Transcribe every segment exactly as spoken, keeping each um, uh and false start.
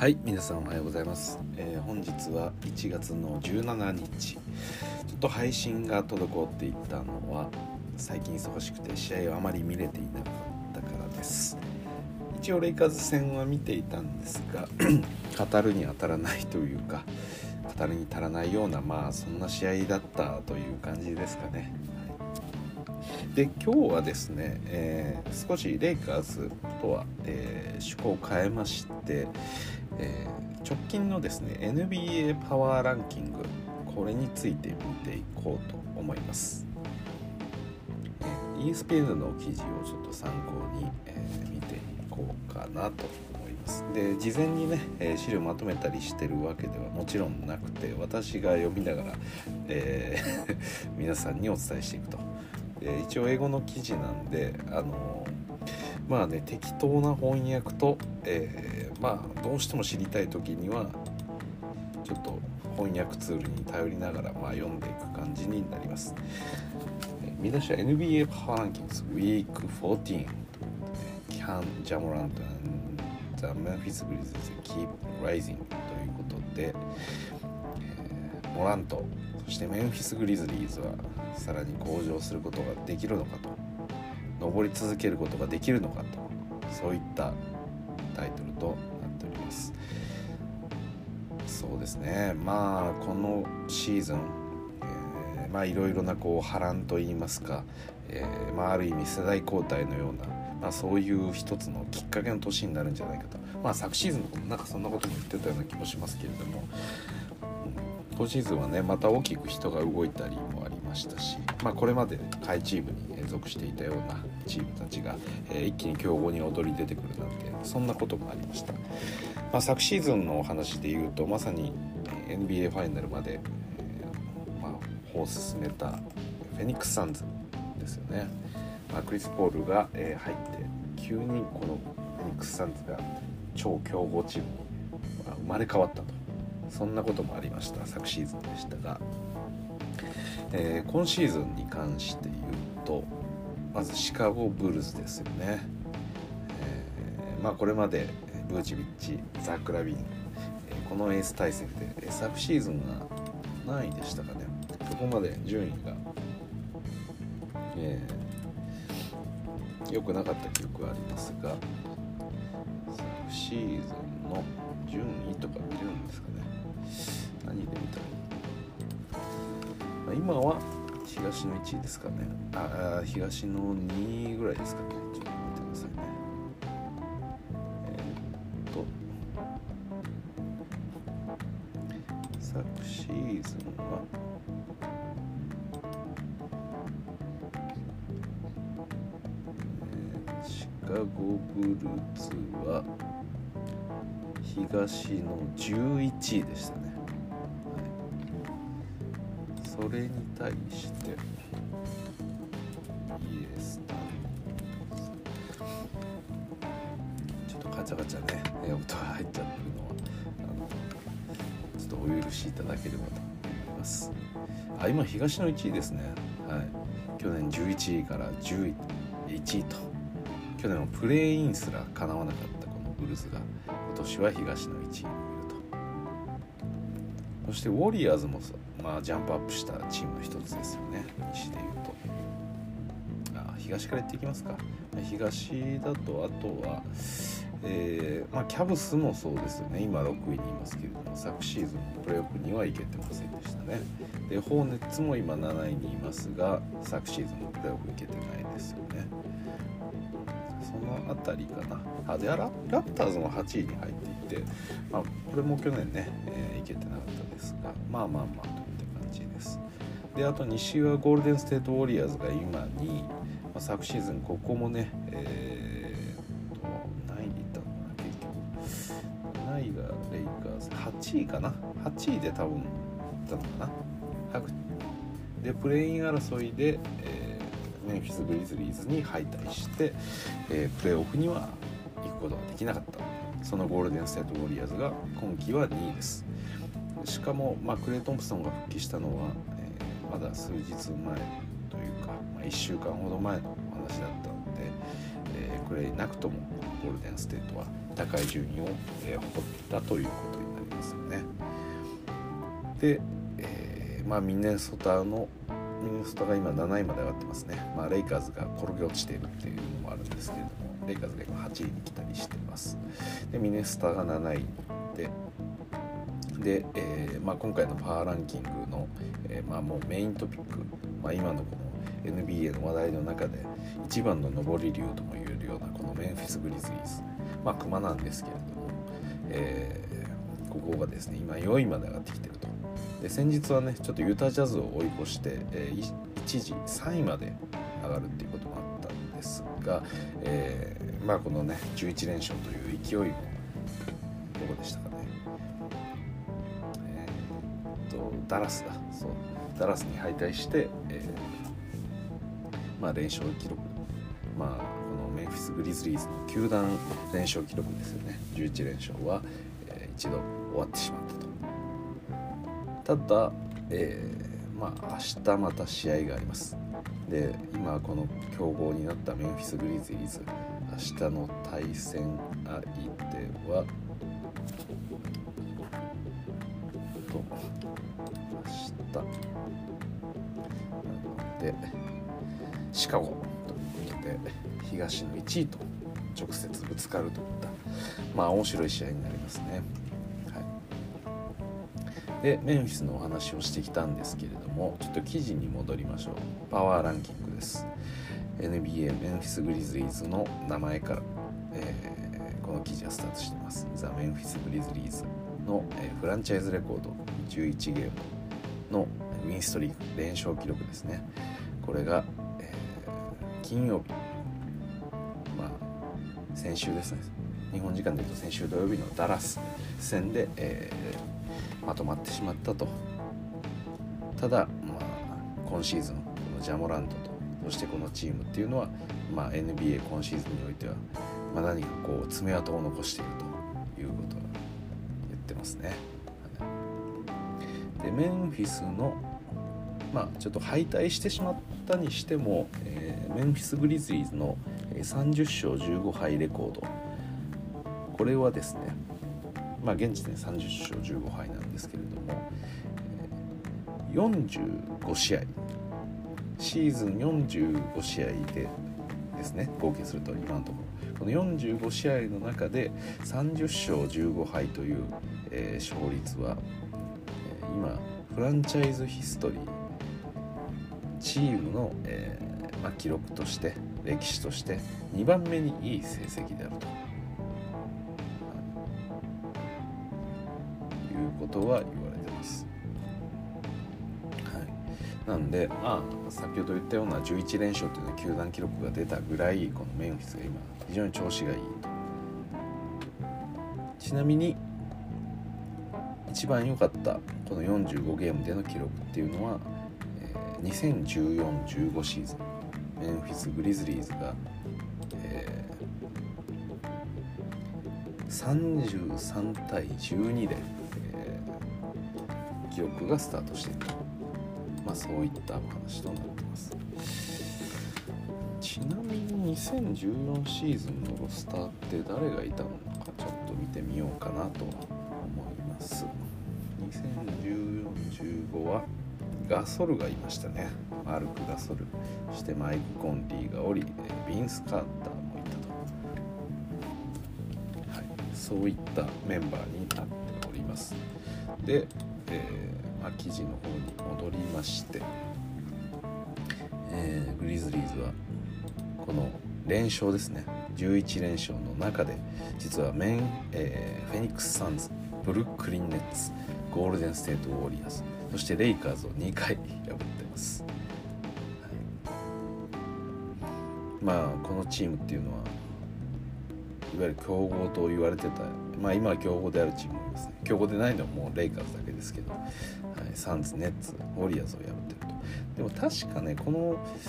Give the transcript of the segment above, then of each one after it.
はい、皆さんおはようございます、えー、本日はいちがつのじゅうしちにち。ちょっと配信が滞っていたのは最近忙しくて試合をあまり見れていなかったからです。一応レイカーズ戦は見ていたんですが語るに当たらないというか語るに足らないようなまあそんな試合だったという感じですかね。で今日はですね、えー、少しレイカーズとは、えー、趣向を変えまして、えー、直近のですね エヌビーエー パワーランキング、これについて見ていこうと思います。えー、イーエスピーエヌ の記事をちょっと参考に、えー、見ていこうかなと思います。で事前にね、えー、資料まとめたりしてるわけではもちろんなくて、私が読みながら、えー、皆さんにお伝えしていくと。一応英語の記事なんで、あのまあね適当な翻訳と、えー、まあどうしても知りたい時にはちょっと翻訳ツールに頼りながら、まあ、読んでいく感じになります。見出しは エヌビーエー パワーランキングス ウィークじゅうよん キャン・ジャモラント and the Memphis Grizzlies keep rising ということで、えー、モラントそしてメンフィス・グリズリーズはさらに向上することができるのかと、上り続けることができるのかと、そういったタイトルとなっております。そうですね、まあこのシーズン、えー、まあいろいろなこう波乱といいますか、えーまあ、ある意味世代交代のような、まあ、そういう一つのきっかけの年になるんじゃないかと、まあ昨シーズンもなんかそんなことも言ってたような気もしますけれども、今シーズンはねまた大きく人が動いたりもありましたし、まあ、これまで下位チームに属していたようなチームたちが、えー、一気に強豪に躍り出てくるなんて、そんなこともありました。まあ、昨シーズンのお話でいうとまさに エヌビーエー ファイナルまで、えーまあ、歩を進めたフェニックス・サンズですよね。まあ、クリス・ポールが、えー、入って急にこのフェニックス・サンズが超強豪チームに、まあ、生まれ変わったと、そんなこともありました昨シーズンでしたが、えー、今シーズンに関して言うとまずシカゴブルズですよね。えー、まあこれまでブーチビッチ、ザック・ラビン、えー、このエース対戦で、えー、昨シーズンが何位でしたかね。ここまで順位が、えー、良くなかった記憶はありますが、昨シーズンの順位とか見れるんですかね。何で見たらいい、まあ、今は東のいちいですかね。ああ東のにいぐらいですかね。ちょっと見てくださいね。えー、っと昨シーズンはえー、シカゴブルズは東のじゅういちいでしたね。それに対してイエスタちょっとガチャガチャね音が入っちゃってるのはあのちょっとお許しいただければと思います。あ、今東のいちいですね。はい、去年じゅういちいからじゅういちいと、去年はプレーインすら叶わなかったこのブルーズが今年は東のいちいにいると。そしてウォリアーズもまあ、ジャンプアップしたチームの一つですよね。西でいうとあ東から行っていきますか。東だとあとは、えーまあ、キャブスもそうですよね。今ろくいにいますけれども昨シーズンプレーオフには行けてませんでしたね。でホーネッツも今なないにいますが昨シーズンのプレーオフ行けてないですよね。そのあたりかな。あでララプターズもはちいに入っていて、まあ、これも去年ね、えー、行けてなかったですが、まあまあまあで、あと西はゴールデンステートウォリアーズが今に、まあ、昨シーズンここもね、えー、と何位にいったのかな、結局何位がレイカーズはちいかな、はちいで多分いったのかな。でプレーイン争いで、えー、メンフィス・グリズリーズに敗退して、えー、プレーオフには行くことができなかった。そのゴールデンステートウォリアーズが今季はにいです。しかも、まあ、クレイ・トンプソンが復帰したのはまだ数日前というか、まあ、いっしゅうかんほど前のお話だったので、えー、ククレイなくともゴールデンステートは高い順位を、えー、誇ったということになりますよね。で、えーまあ、ミネソタのミネソタが今なないまで上がってますね。まあ、レイカーズが転げ落ちているっていうのもあるんですけれども、レイカーズが今はちいに来たりしてます。でミネソタがなないでで、えーまあ、今回のパワーランキングの、えーまあ、もうメイントピック、まあ、今のこの エヌビーエー の話題の中で一番の上り竜とも言えるようなこのメンフィス・グリズリーズ、まあ熊なんですけれども、えー、ここがですね今よいまで上がってきていると。で先日はねちょっとユタジャズを追い越して、えー、一時さんいまで上がるっていうこともあったんですが、えー、まあこのねじゅういちれんしょうという勢いもどこでしたかね、えー、とダラスだそうダラスに敗退して、えー、まあ連勝記録、まあこのメンフィス・グリズリーズの球団連勝記録ですよね。じゅういちれんしょうは、えー、一度終わってしまったと。ただ、えー、まあ明日また試合があります。で今この強豪になったメンフィス・グリズリーズ、明日の対戦相手はと明日なのでシカゴということで東のいちいと直接ぶつかるといったまあ面白い試合になりますね。でメンフィスのお話をしてきたんですけれども、ちょっと記事に戻りましょう。パワーランキングです。 エヌビーエー メンフィス・グリズリーズの名前から、えー、この記事はスタートしています。ザ・メンフィス・グリズリーズの、えー、フランチャイズレコードじゅういちゲームのウィンストリーク連勝記録ですね。これが、えー、金曜日、まあ先週ですね、日本時間でいうと先週土曜日のダラス戦で、えーまとまってしまったと。ただ、まあ、今シーズンこのジャモラントとそしてこのチームっていうのは、まあ、エヌビーエー 今シーズンにおいては、まあ、何かこう爪痕を残しているということを言ってますね。でメンフィスの、まあ、ちょっと敗退してしまったにしても、えー、メンフィス・グリズリーズのさんじゅっしょうじゅうごはいレコード、これはですね、まあ、現時点さんじゅっしょうじゅうごはいなんですけれども、えー、よんじゅうごしあい、シーズンよんじゅうごしあいでですね、合計すると今のところこのよんじゅうごしあいの中でさんじゅっしょうじゅうごはいという、えー、勝率は、えー、今フランチャイズヒストリーチームの、えーまあ、記録として歴史としてにばんめにいい成績であるということは言われてます。はい、なんで、まあ、先ほど言ったようなじゅういちれんしょうというのは球団記録が出たぐらいこのメンフィスが今非常に調子がいいと。ちなみに一番良かったこのよんじゅうごゲームでの記録っていうのは、えー、にせんじゅうよんじゅうごシーズンメンフィス・グリズリーズが、えー、さんじゅうさんたいじゅうにで記憶がスタートしている、まあ、そういったお話となっています。ちなみににせんじゅうよんシーズンのロスターって誰がいたのかちょっと見てみようかなと思います。にせんじゅうよん、じゅうごはガソルがいましたね。マルク・ガソル、そしてマイク・コンリーがおり、ビンス・カーターもいたと、はい、そういったメンバーになっております。でえーまあ、記事の方に戻りまして、えー、グリズリーズはこの連勝ですね、じゅういちれんしょうの中で実はメン、えー、フェニックス・サンズ、ブルックリン・ネッツ、ゴールデン・ステート・ウォリアーズ、そしてレイカーズをにかい破ってます。はい、まあこのチームっていうのはいわゆる強豪と言われてた、まあ今は強豪であるチームもいますね。強豪でないのはもうレイカーズだけですけど、はい、サンズ、ネッツ、ウォリアーズを破ってると。でも確かねこの、うん、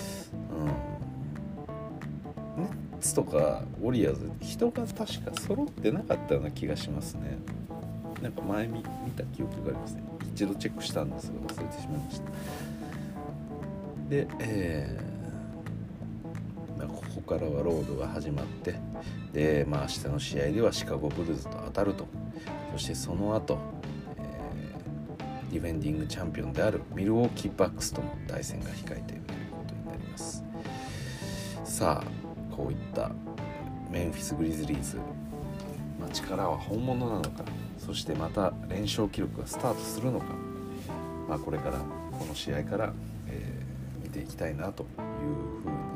ネッツとかウォリアーズ人が確か揃ってなかったような気がしますね。なんか前見た記憶がありますね。一度チェックしたんですが忘れてしまいました。で、えー、 こからはロードが始まって、で、まあ、明日の試合ではシカゴブルーズと当たると。そしてその後、えー、ディフェンディングチャンピオンであるミルウォーキーバックスとの対戦が控えているということになります。さあ、こういったメンフィス・グリズリーズ、まあ、力は本物なのか、そしてまた連勝記録がスタートするのか、まあ、これからこの試合から、えー、見ていきたいなというふうに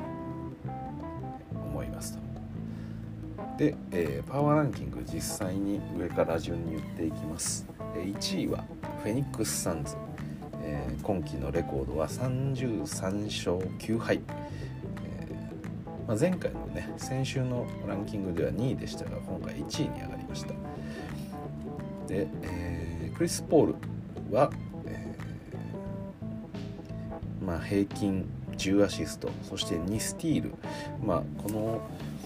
思いますと。で、えー、パワーランキング実際に上から順に言っていきます。いちいはフェニックス・サンズ、えー、今季のレコードはさんじゅうさんしょうきゅうはい、えーまあ、前回のね先週のランキングではにいでしたが、今回いちいに上がりました。で、えー、クリス・ポールは、えーまあ、平均じゅうアシスト、そしてにスティール、まあ、この、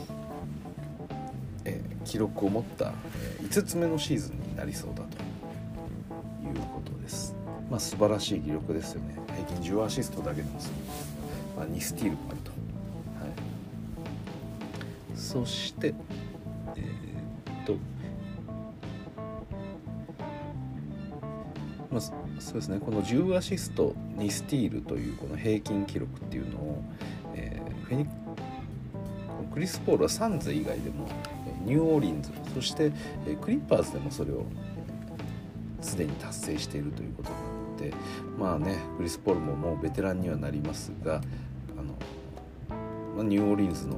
えー、記録を持った、えー、いつつめのシーズンになりそうだということです。まあ、素晴らしい記録ですよね。平均じゅうアシストだけでもすごい、まあ、にスティールもあると、はい、そしてえー、っとまあ、そうですね、このじゅうアシストにスティールというこの平均記録っていうのを、えー、フェニクリス・ポールはサンズ以外でもニューオーリンズ、そしてクリッパーズでもそれをすでに達成しているということなので、まあね、クリス・ポールももうベテランにはなりますが、あの、まあ、ニューオーリンズの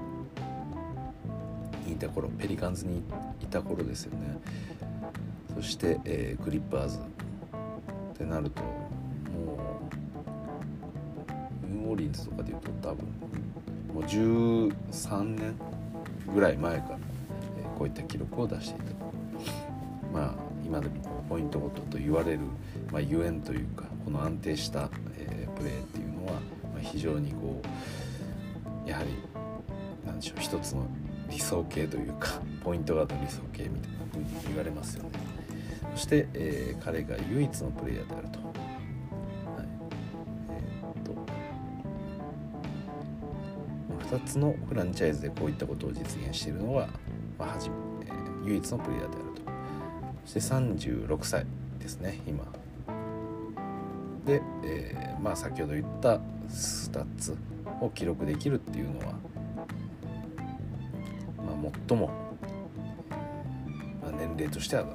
いた頃、ペリカンズにいた頃ですよね。そして、えー、クリッパーズってなると、もうニューオーリンズとかでいうと多分もうじゅうさんねんぐらい前から、えー、こういった記録を出していた。まあ今でもポイントごとと言われる、まあ、ゆえんというか、この安定した、えー、プレーっていうのは、まあ、非常にこうやはりなんでしょう、一つの理想形というか、ポイントガードの理想形みたいな風に言われますよね。そして、えー、彼が唯一のプレイヤーであると。はい、えー、っとふたつのフランチャイズでこういったことを実現しているのは、まあ、はじめ、えー、唯一のプレイヤーであると。そしてさんじゅうろくさいですね、今。で、えー、まあ先ほど言ったスタッツを記録できるっていうのは、まあ、最も、まあ、年齢としては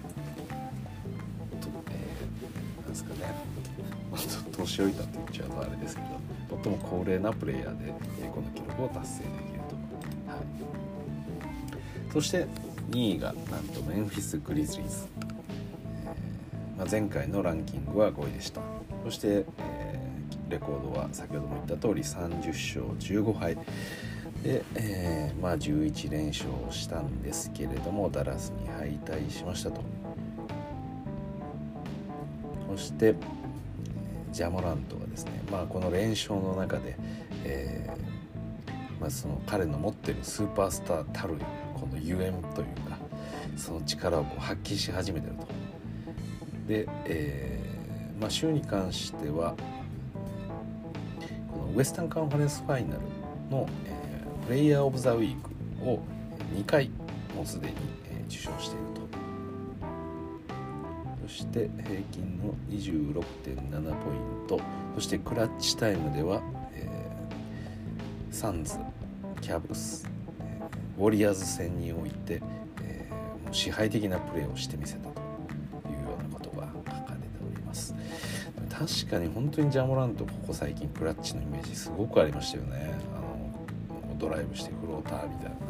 ですかね、年老いたって言っちゃうとあれですけど、最も高齢なプレイヤーでこの記録を達成できると、はい、そしてにいがなんとメンフィス・グリズリーズ、えーまあ、前回のランキングはごいでした。そして、えー、レコードは先ほども言った通りさんじゅっしょうじゅうごはいで、えーまあ、じゅういちれんしょうしたんですけれども、ダラスに敗退しましたと。そしてジャモラントがですね、まあ、この連勝の中で、えーまあ、その彼の持っているスーパースターたるこのゆえんというか、その力をこう発揮し始めていると。で、えーまあ、週に関してはこのウエスタンカンファレンスファイナルの、えー、プレイヤーオブザウィークをにかいもうすでに、えー、受賞していると。そして平均の にじゅうろくてんなな ポイント、そしてクラッチタイムでは、えー、サンズ、キャブス、えー、ウォリアーズ戦において、えー、もう支配的なプレーをしてみせたというようなことが書かれております。確かに本当にジャモラントここ最近クラッチのイメージすごくありましたよね。あのドライブしてフローターみたいな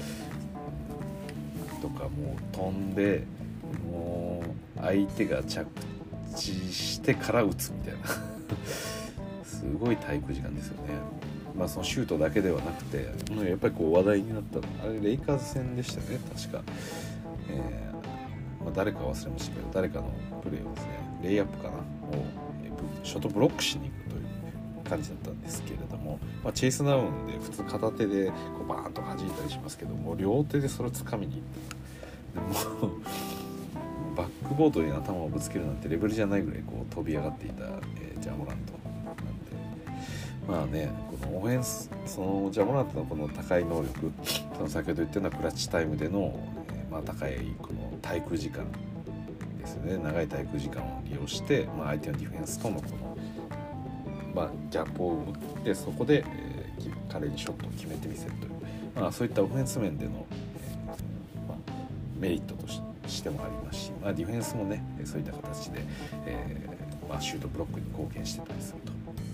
とか、もう飛んでもう相手が着地してから打つみたいなすごい滞空時間ですよね。まあそのシュートだけではなくて、やっぱりこう話題になったのあれレイカーズ戦でしたね確か、えーまあ、誰か忘れましたけど、誰かのプレーをですね、レイアップかなをショートブロックしに行くという感じだったんですけれども、まあ、チェイスダウンで普通片手でこうバーンと弾いたりしますけども、両手でそれを掴みに行って、でもバックボードに頭をぶつけるなんてレベルじゃないぐらいこう飛び上がっていた、えー、ジャモラントなんで、 まあね、このオフェンス、そのジャモラントのこの高い能力、その先ほど言ったようなクラッチタイムでの、えーまあ、高いこの滞空時間ですね、長い滞空時間を利用して、まあ、相手のディフェンスとのこの、まあ、ギャップを打ってそこで、えー、彼にショットを決めてみせるという、まあ、そういったオフェンス面での、えーまあ、メリットとしてもありますし、まあ、ディフェンスもねそういった形で、えーまあ、シュートブロックに貢献してたりすると。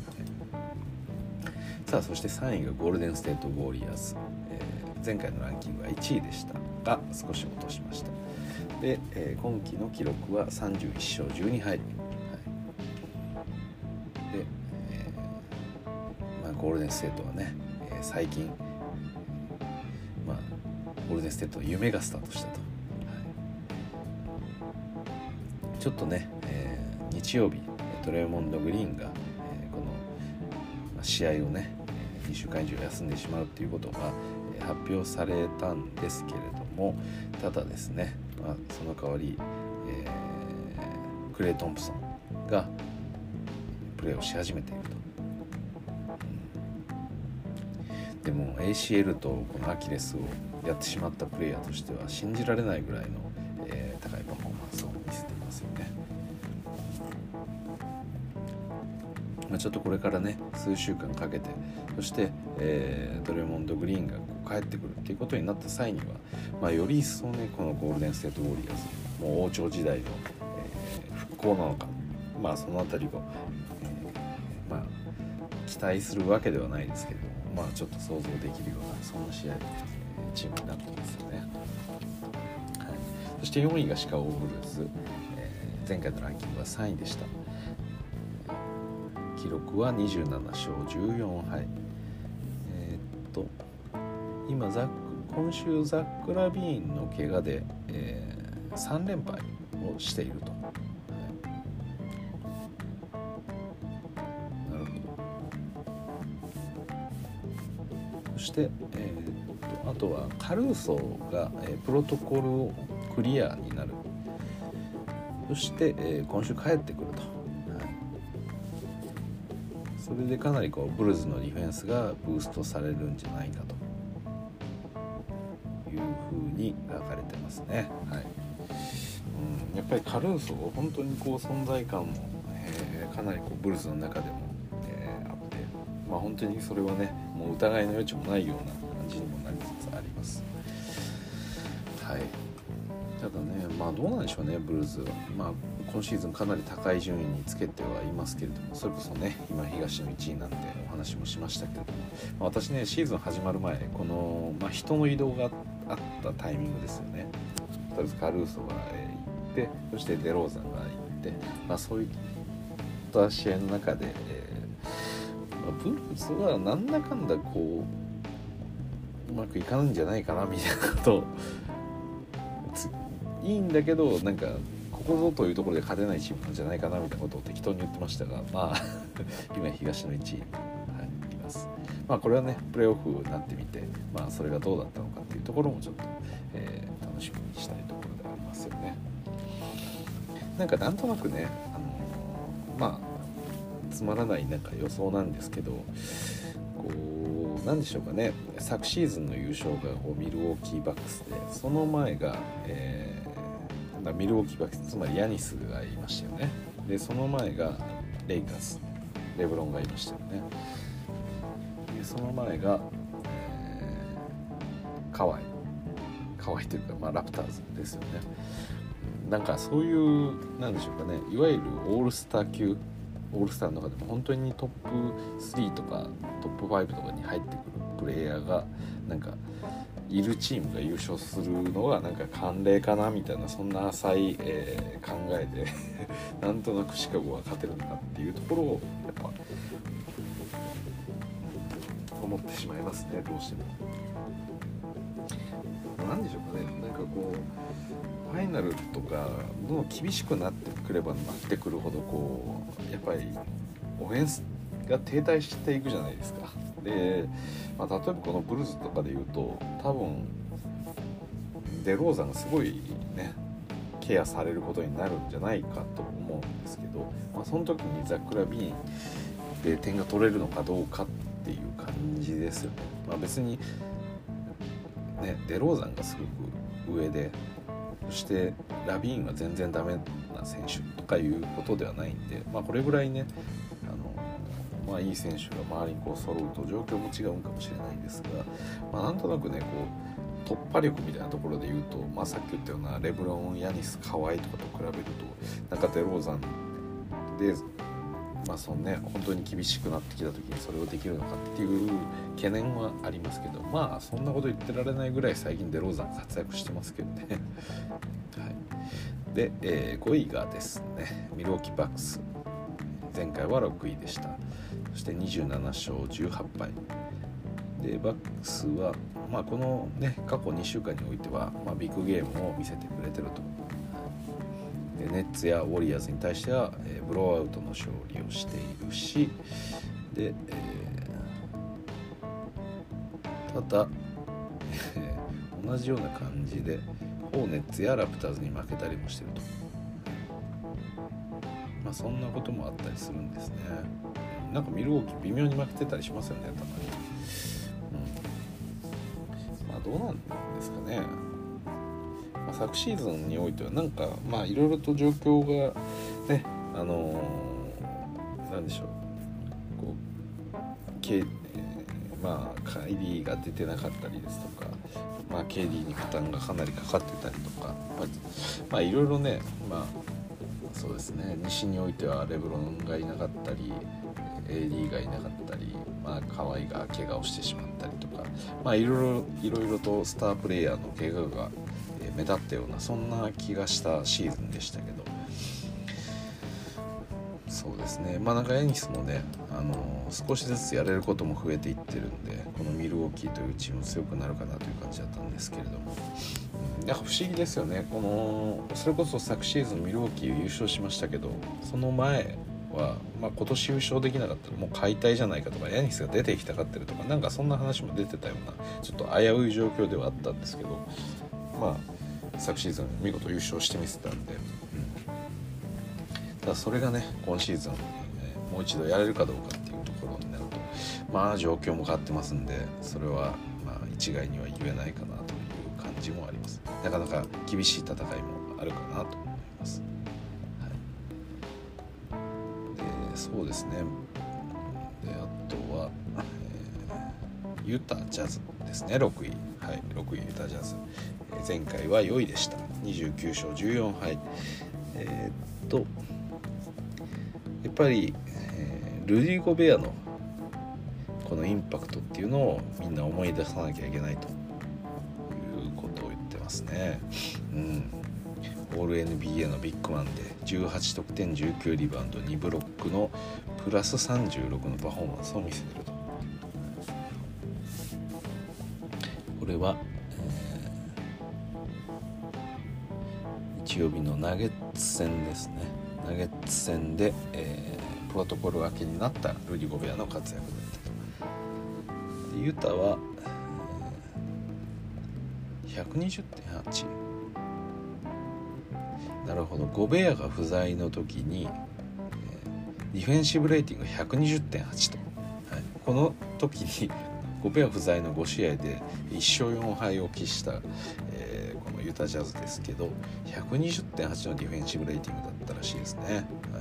さあそしてさんいがゴールデンステートウォリアーズ、えー、前回のランキングはいちいでしたが少し落としました。で、えー、今季の記録はさんじゅういっしょうじゅうにはい、はい、で、えーまあ、ゴールデンステートはね、えー、最近、まあ、ゴールデンステートの夢がスタートしたと、はい、ちょっとね、えー、日曜日ドレーモンド・グリーンが、えー、この試合をねにしゅうかん以上休んでしまうということが発表されたんですけれども、ただですね、まあ、その代わり、えー、クレイ・トンプソンがプレーをし始めていると、うん、でも エーシーエル とこのアキレスをやってしまったプレイヤーとしては信じられないぐらいの、えー、高いパフォーマンスを見せていますよね。まあ、ちょっとこれからね数週間かけて、そして、えー、ドレモンド・グリーンがこう帰ってくるっていうことになった際には、まあ、より一層ねこのゴールデンステートウォリアーズもう王朝時代の、えー、復興なのか、まあそのあたりを、えー、まあ期待するわけではないですけれども、まあちょっと想像できるようなそんな試合、えー、チームになってますよね。はい、そしてよんいがシカゴブルーズ、えー、前回のランキングはさんいでした。記録はにじゅうななしょうじゅうよんはい、えー、っと今ザック今週ザック・ラビーンの怪我で、えー、さんれんぱいをしていると、はい、なるほど。そして、えー、っとあとはカルーソが、えー、プロトコルをクリアになる。そして、えー、今週帰ってくると。それでかなりこうブルーズのディフェンスがブーストされるんじゃないかというふうに書かれてますね。はい、うん、やっぱりカルーソ本当にこう存在感も、えー、かなりこうブルーズの中でも、えー、あって、まあ、本当にそれはねもう疑いの余地もないような感じにもなりつつあります。はい、ただね、まあどうなんでしょうね、ブルーズは、まあ、今シーズンかなり高い順位につけてはいますけれども、それこそね今東のいちいなんてお話もしましたけれども、まあ、私ねシーズン始まる前この、まあ、人の移動があったタイミングですよね。とりあえずカルーソが行ってそしてデローザンが行って、まあ、そういった試合の中で、えーまあ、ブルーズはなんだかんだこううまくいかないんじゃないかなみたいなことをいいんだけどなんかここぞというところで勝てないチームなんじゃないかなみたいなことを適当に言ってましたが、まあ今東のいちいに、はい、います。まあこれはねプレーオフになってみて、まあそれがどうだったのかっていうところもちょっと、えー、楽しみにしたいところでありますよね。なんかなんとなくね、あのー、まあつまらないなんか予想なんですけど、こうなんでしょうかね、昨シーズンの優勝がこうミルウォーキーバックスで、その前が、えーミルウォーキーバックス、つまりヤニスがいましたよね。でその前がレイカーズ、レブロンがいましたよね。でその前が、えー、カワイカワイというか、まあ、ラプターズですよね。なんかそういうなんでしょうかね、いわゆるオールスター級、オールスターの中でも本当にトップスリーとかトップファイブとかに入ってくるプレイヤーがなんかいるチームが優勝するのがなんか慣例かなみたいな、そんな浅い、えー、考えでなんとなくシカゴが勝てるのかっていうところをやっぱ思ってしまいますね、どうしても。なんでしょうかね、なんかこうファイナルとかどんどん厳しくなってくればなってくるほどこうやっぱりオフェンスが停滞していくじゃないですか。で、まあ、例えばこのブルーズとかでいうと多分デローザンがすごいねケアされることになるんじゃないかと思うんですけど、まあ、その時にザック・ラビーンで点が取れるのかどうかっていう感じですよね。まあ、別にねデローザンがすごく上で、そしてラビーンは全然ダメな選手とかいうことではないんで、まあ、これぐらいねあの、まあ、いい選手が周りにこう揃うと状況も違うかもしれないですが、まあ、なんとなくねこう突破力みたいなところで言うと、まあ、さっき言ったようなレブロン、ヤニス、カワイとかと比べるとなんかデローザンで、まあそのね、本当に厳しくなってきた時にそれをできるのかっていう懸念はありますけど、まあそんなこと言ってられないぐらい最近デローザン活躍してますけどね、はい、で、えー、ごいがですねミルウォーキーバックス、前回はろくいでした。そしてにじゅうななしょうじゅうはっぱいで、バックスは、まあ、この、ね、過去にしゅうかんにおいては、まあ、ビッグゲームを見せてくれてると。でネッツやウォリアーズに対しては、えー、ブローアウトの勝利をしているし、で、えー、ただ、えー、同じような感じでホーネッツやラプターズに負けたりもしてると。まあそんなこともあったりするんですね。なんかミルウォーキー微妙に負けてたりしますよね、たまに。うん、まあどうなんですかね。まあ、昨シーズンにおいてはなんかまあいろいろと状況がね、あのー、なんでしょう、こう、K えー、まあカイリーが出てなかったりですとか、まあ ケーディー に負担がかなりかかってたりとか、まあいろいろね、まあそうですね、西においてはレブロンがいなかったり エーディー がいなかったり、まあ河合が怪我をしてしまったりとか、まあいろいろいろいろとスタープレイヤーの怪我が目立ったようなそんな気がしたシーズンでしたけど、そうですね、まあなんかヤニスもね、あのー、少しずつやれることも増えていってるんで、このミルウォーキーというチーム強くなるかなという感じだったんですけれども、うん、なんか不思議ですよね。このそれこそ昨シーズンミルウォーキー優勝しましたけど、その前は、まあ、今年優勝できなかったらもう解体じゃないかとか、ヤニスが出ていきたがってるとか、なんかそんな話も出てたようなちょっと危うい状況ではあったんですけど、まあ昨シーズン見事優勝してみせたんで、うん、ただそれがね今シーズン、えー、もう一度やれるかどうかっていうところになると、まあ状況も変わってますんで、それはまあ一概には言えないかなという感じもあります。なかなか厳しい戦いもあるかなと思います、はい、でそうですね、であとは、えー、ユタジャズですね、ろくい、はい、ろくいユタジャズ、前回はよいでした。にじゅうきゅうしょうじゅうよんはい。えー、っとやっぱり、えー、ルディ・ゴベアのこのインパクトっていうのをみんな思い出さなきゃいけないということを言ってますね。うん、オール エヌビーエー のビッグマンでじゅうはちとくてんじゅうきゅうリバウンドにブロックのプラスさんじゅうろくのパフォーマンスを見せてると。これは日曜日のナゲッツ戦ですね。ナゲッツ戦で、えー、プロトコル明けになったルディ・ゴベアの活躍だったと。でユタは、えー、ひゃくにじゅってんはち、なるほど、ゴベアが不在の時に、えー、ディフェンシブレーティング ひゃくにじゅってんはちと、はい、この時にゴベア不在のごしあいでいっしょうよんはいを喫した、えー、このユタジャズですけど ひゃくにじゅってんはち のディフェンシブレーティングだったらしいですね、はい、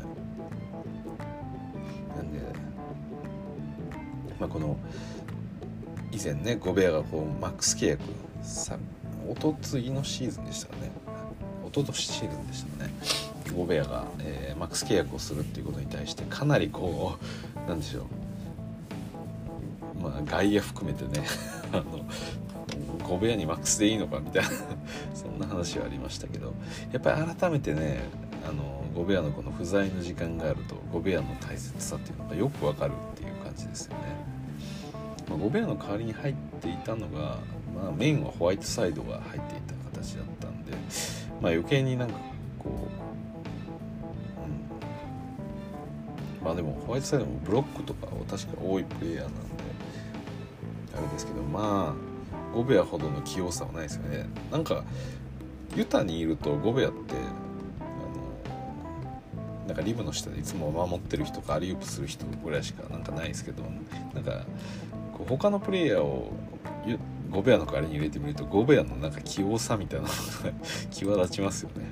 なんで、まあ、この以前ねゴベアがこうマックス契約さおとついのシーズンでしたかね、おととしシーズンでしたね、ゴベアが、えー、マックス契約をするっていうことに対してかなりこうなんでしょう、まあ、外野含めてねあのゴベアにマックスでいいのかみたいなそんな話はありましたけど、やっぱり改めてね、あのゴベアのこの不在の時間があるとゴベアの大切さっていうのがよくわかるっていう感じですよね。まあ、ゴベアの代わりに入っていたのが、まあ、メインはホワイトサイドが入っていた形だったんで、まあ、余計になんかこう、うん、まあでもホワイトサイドもブロックとかを確か多いプレイヤーなんであれですけど、まあゴベアほどの器用さはないですよね。なんかユタにいるとゴベアってあのなんかリムの下でいつも守ってる人かアリウープする人ぐらいしかなんかないですけど、なんかこう他のプレイヤーをゴベアの代わりに入れてみるとゴベアのなんか器用さみたいなのが際立ちますよね。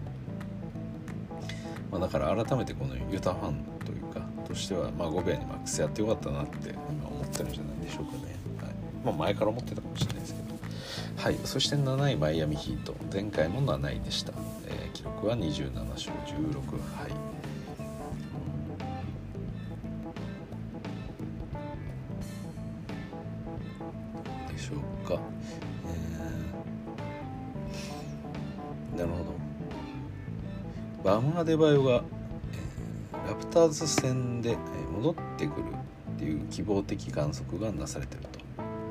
まあ、だから改めてこのユタファンというかとしては、まあ、ゴベアにマックスやってよかったなって今思ってるんじゃないでしょうかね。はい、まあ、前から思ってたかもしれないですけど。はい、そしてなないマイアミヒート、前回もなないでした。えー、記録はにじゅうななしょうじゅうろくはい。でしょうか。えー、なるほど。バムアデバヨが、えー、ラプターズ戦で戻ってくるっていう希望的観測がなされていると。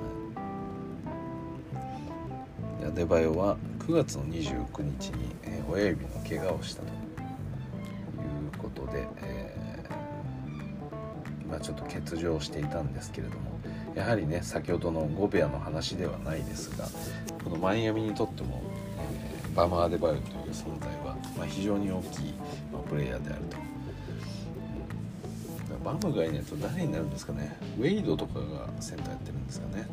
アデバヨはくがつのにじゅうくにちに、えー、親指の怪我をしたということで、えーまあ、ちょっと欠場していたんですけれども、やはりね先ほどのゴベアの話ではないですが、このマイアミにとっても、えー、バム・アデバヨという存在は、まあ、非常に大きい、まあ、プレイヤーであると。バムがいないと誰になるんですかね。ウェイドとかがセンターやってるんですかね。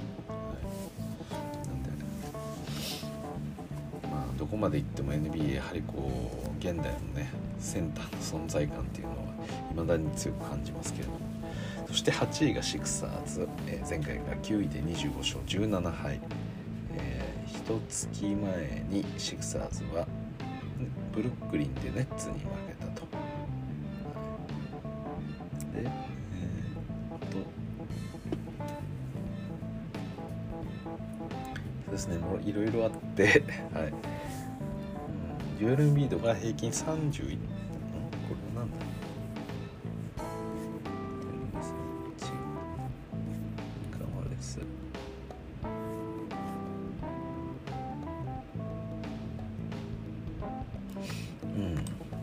どこまで行っても エヌビーエー やはりこう現代のねセンターの存在感っていうのは未だに強く感じますけれども、そしてはちいがシクサーズ、えー、前回がきゅういでにじゅうごしょうじゅうななはい、えー、ひとつきまえにシクサーズはブルックリンでネッツに負けたと。で、えー、とそうですね、もういろいろあってはい、ジュエル・エンビードが平均さんじゅういち、んこれなんだうん、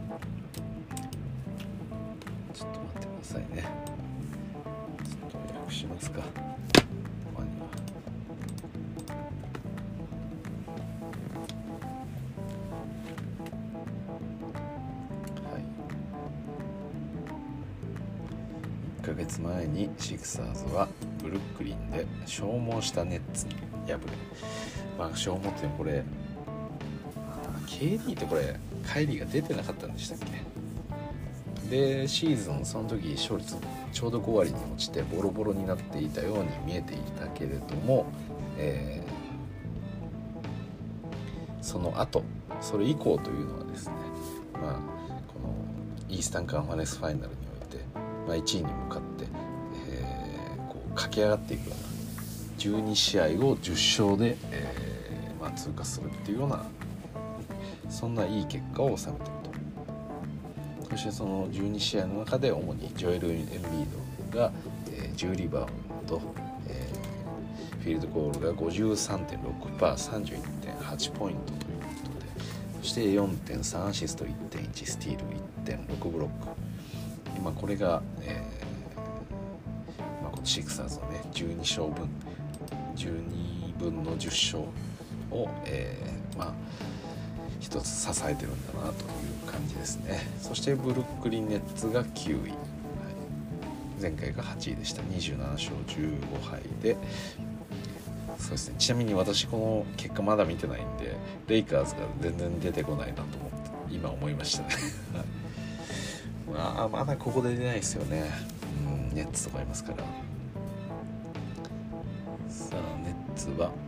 ちょっと待ってくださいね。ちょっと訳しますか。いっかげつまえにシクサーズはブルックリンで消耗したネッツに敗れ、まあ消耗ってこれ ケーディー ってこれカイリーが出てなかったんでしたっけ。でシーズンその時勝率ちょうどごわりに落ちてボロボロになっていたように見えていたけれども、えー、その後それ以降というのはですね、まあこのイースタンカンファレンスファイナルにまあ、いちいに向かって、えー、こう駆け上がっていくようなじゅうにしあいをじゅっしょうで、えーまあ、通過するっていうようなそんないい結果を収めていると。そしてそのじゅうにしあいの中で主にジョエル・エンビードが、えー、じゅうリバウンド、えー、フィールドゴールが ごじゅうさんてんろくパーセント さんじゅういってんはちポイントということで、そして よんてんさん アシスト いってんいち スティール いってんろくブロック、まあ、これが、えーまあ、このシクサーズのねじゅうにしょうぶんじゅうにぶんのじゅっしょうを、えー、まあ一つ支えてるんだなという感じですね。そしてブルックリンネッツがきゅうい、はい、前回がはちいでした。にじゅうななしょうじゅうごはいで、そうですね、ちなみに私この結果まだ見てないんでレイカーズが全然出てこないなと思って今思いましたねまあ、まだここで出ないですよね。うん、ネッツとかいますから。さあネッツは、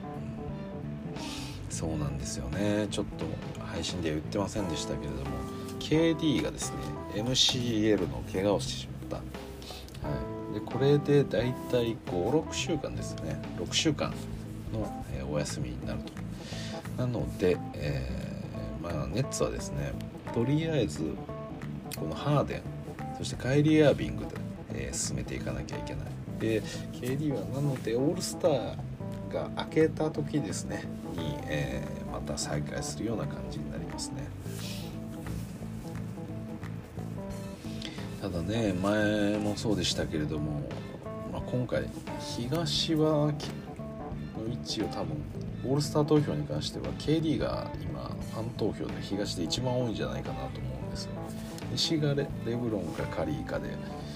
うん、そうなんですよね。ちょっと配信では言ってませんでしたけれども ケーディー がですね エムシーエル の怪我をしてしまった、はい、でこれでだいたいご、ろくしゅうかんですね。ろくしゅうかんの、えー、お休みになると。なので、えーまあ、ネッツはですねとりあえずこのハーデンそしてカイリー・アービングで、えー、進めていかなきゃいけない。で ケーディー はなのでオールスターが明けた時ですねに、えー、また再開するような感じになりますね。ただね前もそうでしたけれども、まあ、今回東はの位置を多分オールスター投票に関しては ケーディー が今ファン投票で東で一番多いんじゃないかなと思うんですよ。 西が レ, レブロンかカリーかで、はい、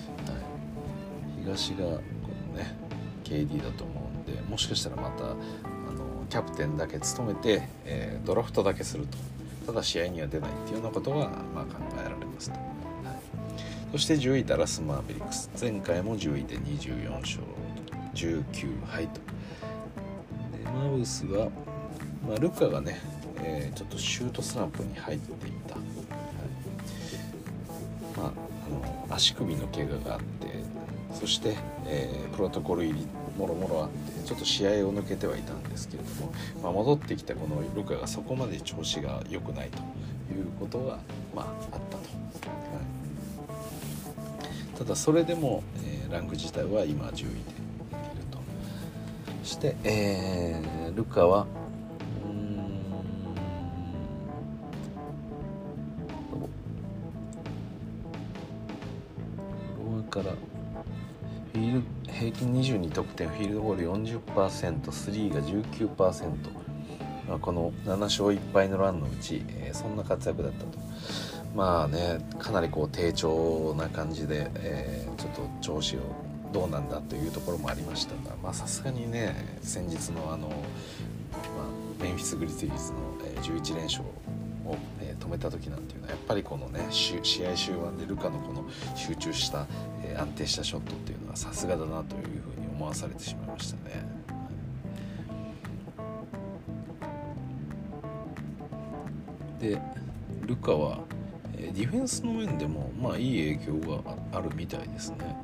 東がこのね ケーディー だと思うんで、もしかしたらまたあのキャプテンだけ務めて、えー、ドラフトだけすると、ただ試合には出ないっていうようなことが、まあ、考えられますと、はい、そしてじゅういダラスマーベリックス、前回もじゅういでにじゅうよん勝じゅうきゅう敗と。でマブスは、まあ、ルカがね、えー、ちょっとシュートスランプに入っていた、はい、まあ、あの足首の怪我があって、そして、えー、プロトコル入りもろもろあってちょっと試合を抜けてはいたんですけれども、まあ、戻ってきたこのルカがそこまで調子が良くないということが、まあ、あったと、はい、ただそれでも、えー、ランク自体は今じゅういでいると。そして、えー、ルカはうーんロアからフィール平均にじゅうに得点、フィールドゴール よんじゅっパーセント、スリーが じゅうきゅうパーセント、まあ、このなな勝いっ敗のランのうち、えー、そんな活躍だったと。まあね、かなりこう低調な感じで、えー、ちょっと調子をどうなんだというところもありましたが、まあさすがにね、先日のあの、まあ、メンフィス・グリズリーズの、えー、じゅういち連勝を、えー、止めた時なんていうのはやっぱりこのね試合終盤でルカのこの集中した、えー、安定したショットっていうのはさすがだなというふうに思わされてしまいましたね。でルカはディフェンスの面でもまあいい影響があるみたいですね。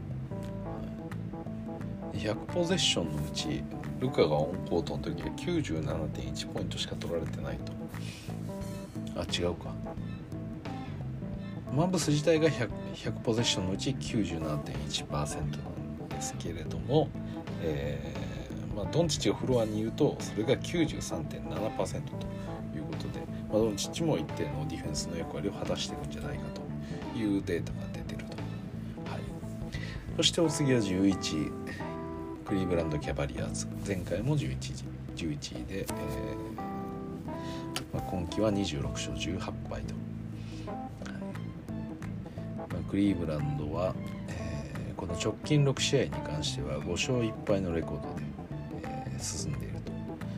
ひゃくポゼッションのうちルカがオンコートの時は きゅうじゅうななてんいち ポイントしか取られてないと。あ、違うか。マブス自体が 100, ひゃくポゼッションのうち きゅうじゅうななてんいちパーセント なんですけれども、えーまあ、ドンチッチがフロアに言うとそれが きゅうじゅうさんてんななパーセント ということで、まあ、ドンチッチも一定のディフェンスの役割を果たしているんじゃないかというデータが出ていると、はい、そしてお次はじゅういちいクリーブランドキャバリアーズ、前回もじゅういちいじゅういちいで、えーまあ、今季はにじゅうろく勝じゅうはち敗と、はいまあ、クリーブランドは、えー、この直近ろく試合に関してはご勝いっ敗のレコードで、えー、進んでいると、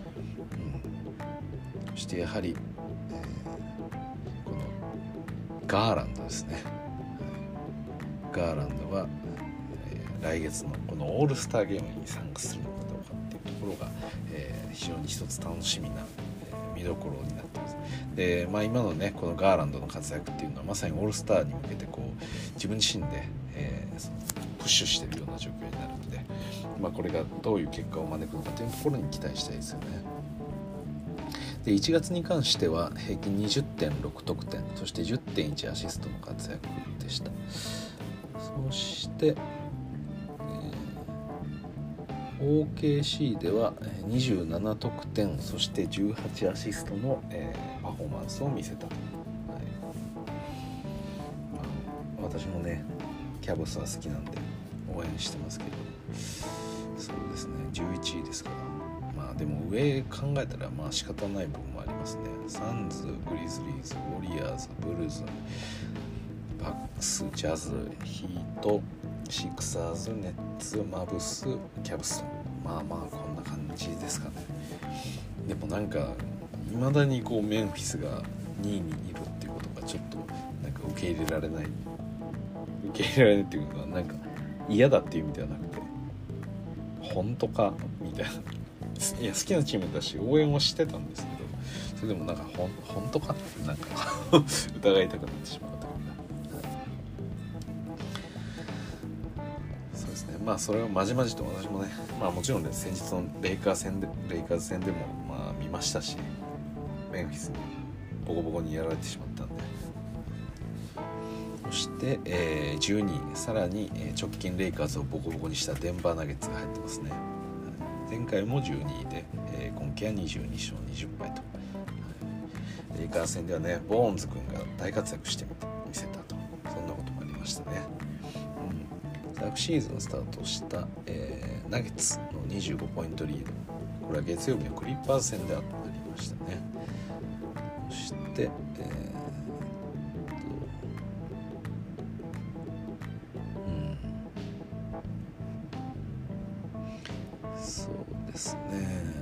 うん、そしてやはり、えー、このガーランドですね、はい、ガーランドは来月のこのオールスターゲームに参加するのかどうかっていうところが、えー、非常に一つ楽しみな、えー、見どころになっています。で、まあ、今のねこのガーランドの活躍っていうのはまさにオールスターに向けてこう自分自身で、えー、そのプッシュしているような状況になるので、まあ、これがどういう結果を招くのかというところに期待したいですよね。でいちがつに関しては平均 にじゅってんろく 得点、そして じゅってんいち アシストの活躍でした。そしてオーケーシー ではにじゅうなな得点、そしてじゅうはちアシストの、えー、パフォーマンスを見せたと、はいまあ、私もねキャブスは好きなんで応援してますけど、そうですねじゅういちいですから、まあでも上考えたらまあ仕方ない部分もありますね。サンズ、グリズリーズ、ウォリアーズ、ブルーズ、バックス、ジャズ、ヒート、シクサーズ、ネッツ、マブス、キャブス、まあまあこんな感じですかね。でもなんか未だにこうメンフィスがにいにいるっていうことがちょっとなんか受け入れられない受け入れられないっていうか、なんか嫌だっていう意味ではなくて本当かみたいな、いや好きなチームだし応援はしてたんですけど、それでもなんかほん本当かってなんか疑いたくなってしまう。まあそれはまじまじと私もね、まあもちろんね先日のレイカー戦でレイカーズ戦でもまあ見ましたし、メンフィスにボコボコにやられてしまったんで、そして、えー、じゅうにい、さらに直近レイカーズをボコボコにしたデンバーナゲッツが入ってますね。前回もじゅうにいで、えー、今季はにじゅうに勝にじゅっ敗と、レイカーズ戦ではねボーンズ君が大活躍してみせたと、そんなこともありましたね。昨シーズンスタートした、えー、ナゲッツのにじゅうごポイントリード、これは月曜日のクリッパーズ戦でありましたね。そして、えですね。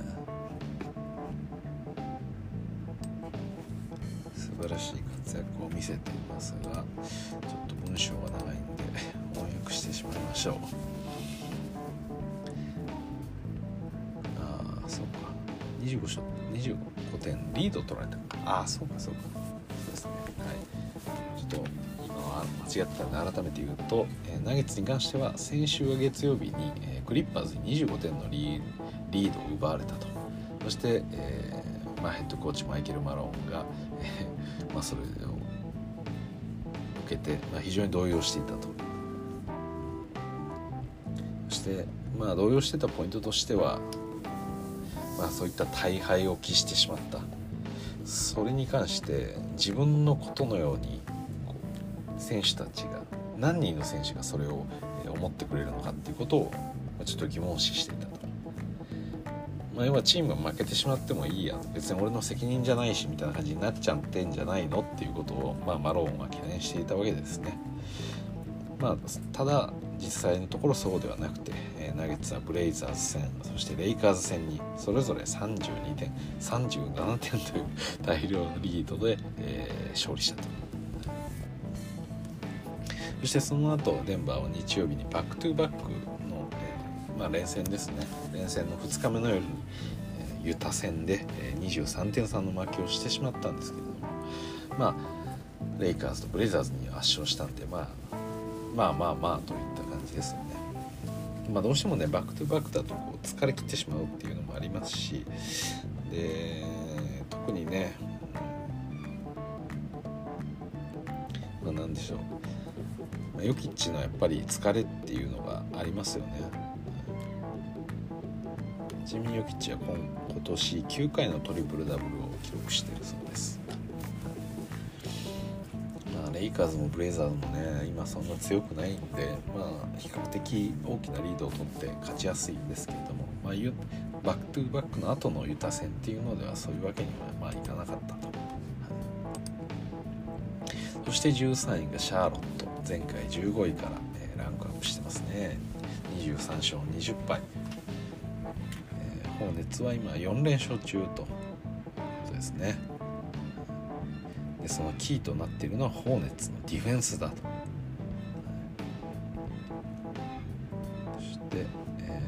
素晴らしい活躍を見せていますが、ちょっと文章が長いんで翻訳してしまいましょう。ああ、そうか。にじゅうごショット、にじゅうごてんリード取られた。ああ、そうかそうか。そうですね。はい。ちょっと今は間違ってたので改めて言うと、えー、ナゲッツに関しては先週は月曜日に、えー、クリッパーズににじゅうごてんのリー、リードを奪われたと。そして、えーまあ、ヘッドコーチマイケル・マローンが、えーまあ、それを受けて、まあ、非常に動揺していたと。そして、まあ、動揺してたポイントとしては、まあ、そういった大敗を喫してしまった。それに関して自分のことのようにこう選手たちが何人の選手がそれを思ってくれるのかっていうことをちょっと疑問視していたと。まあ、要はチームが負けてしまってもいいや、別に俺の責任じゃないしみたいな感じになっちゃってんじゃないのっていうことを、まあ、マローンは懸念していたわけですね。まあ、ただ実際のところそうではなくて、えー、ナゲッツはブレイザーズ戦、そしてレイカーズ戦にそれぞれさんじゅうにてん、さんじゅうななてんという大量のリードで、えー、勝利したと。そしてその後デンバーは日曜日にバックトゥーバックの、えーまあ、連戦ですね。連戦のふつかめの夜に、えー、ユタ戦で、えー、にじゅうさんてん差の負けをしてしまったんですけれども、まあレイカーズとブレイザーズに圧勝したんで、まあまあまあまあといった感じですよね。まあどうしてもねバックトゥバックだとこう疲れ切ってしまうっていうのもありますし、で特にね、まあなんでしょう、まあ、ヨキッチのやっぱり疲れっていうのがありますよね。ちなみにヨキッチは 今, 今年きゅうかいのトリプルダブルを記録しているそうです。レイカーズもブレイザーズもね今そんな強くないんで、まあ比較的大きなリードを取って勝ちやすいんですけれども、まあ、バックトゥーバックの後のユタ戦っていうのではそういうわけにはまあいかなかったと、はい、そしてじゅうさんいがシャーロット、前回じゅうごいから、えー、ランクアップしてますね。にじゅうさんしょうにじゅっぱい、えー、ホーネッツは今よんれんしょう中ということですね。でそのキーとなっているのはホーネッツのディフェンスだと。そして、え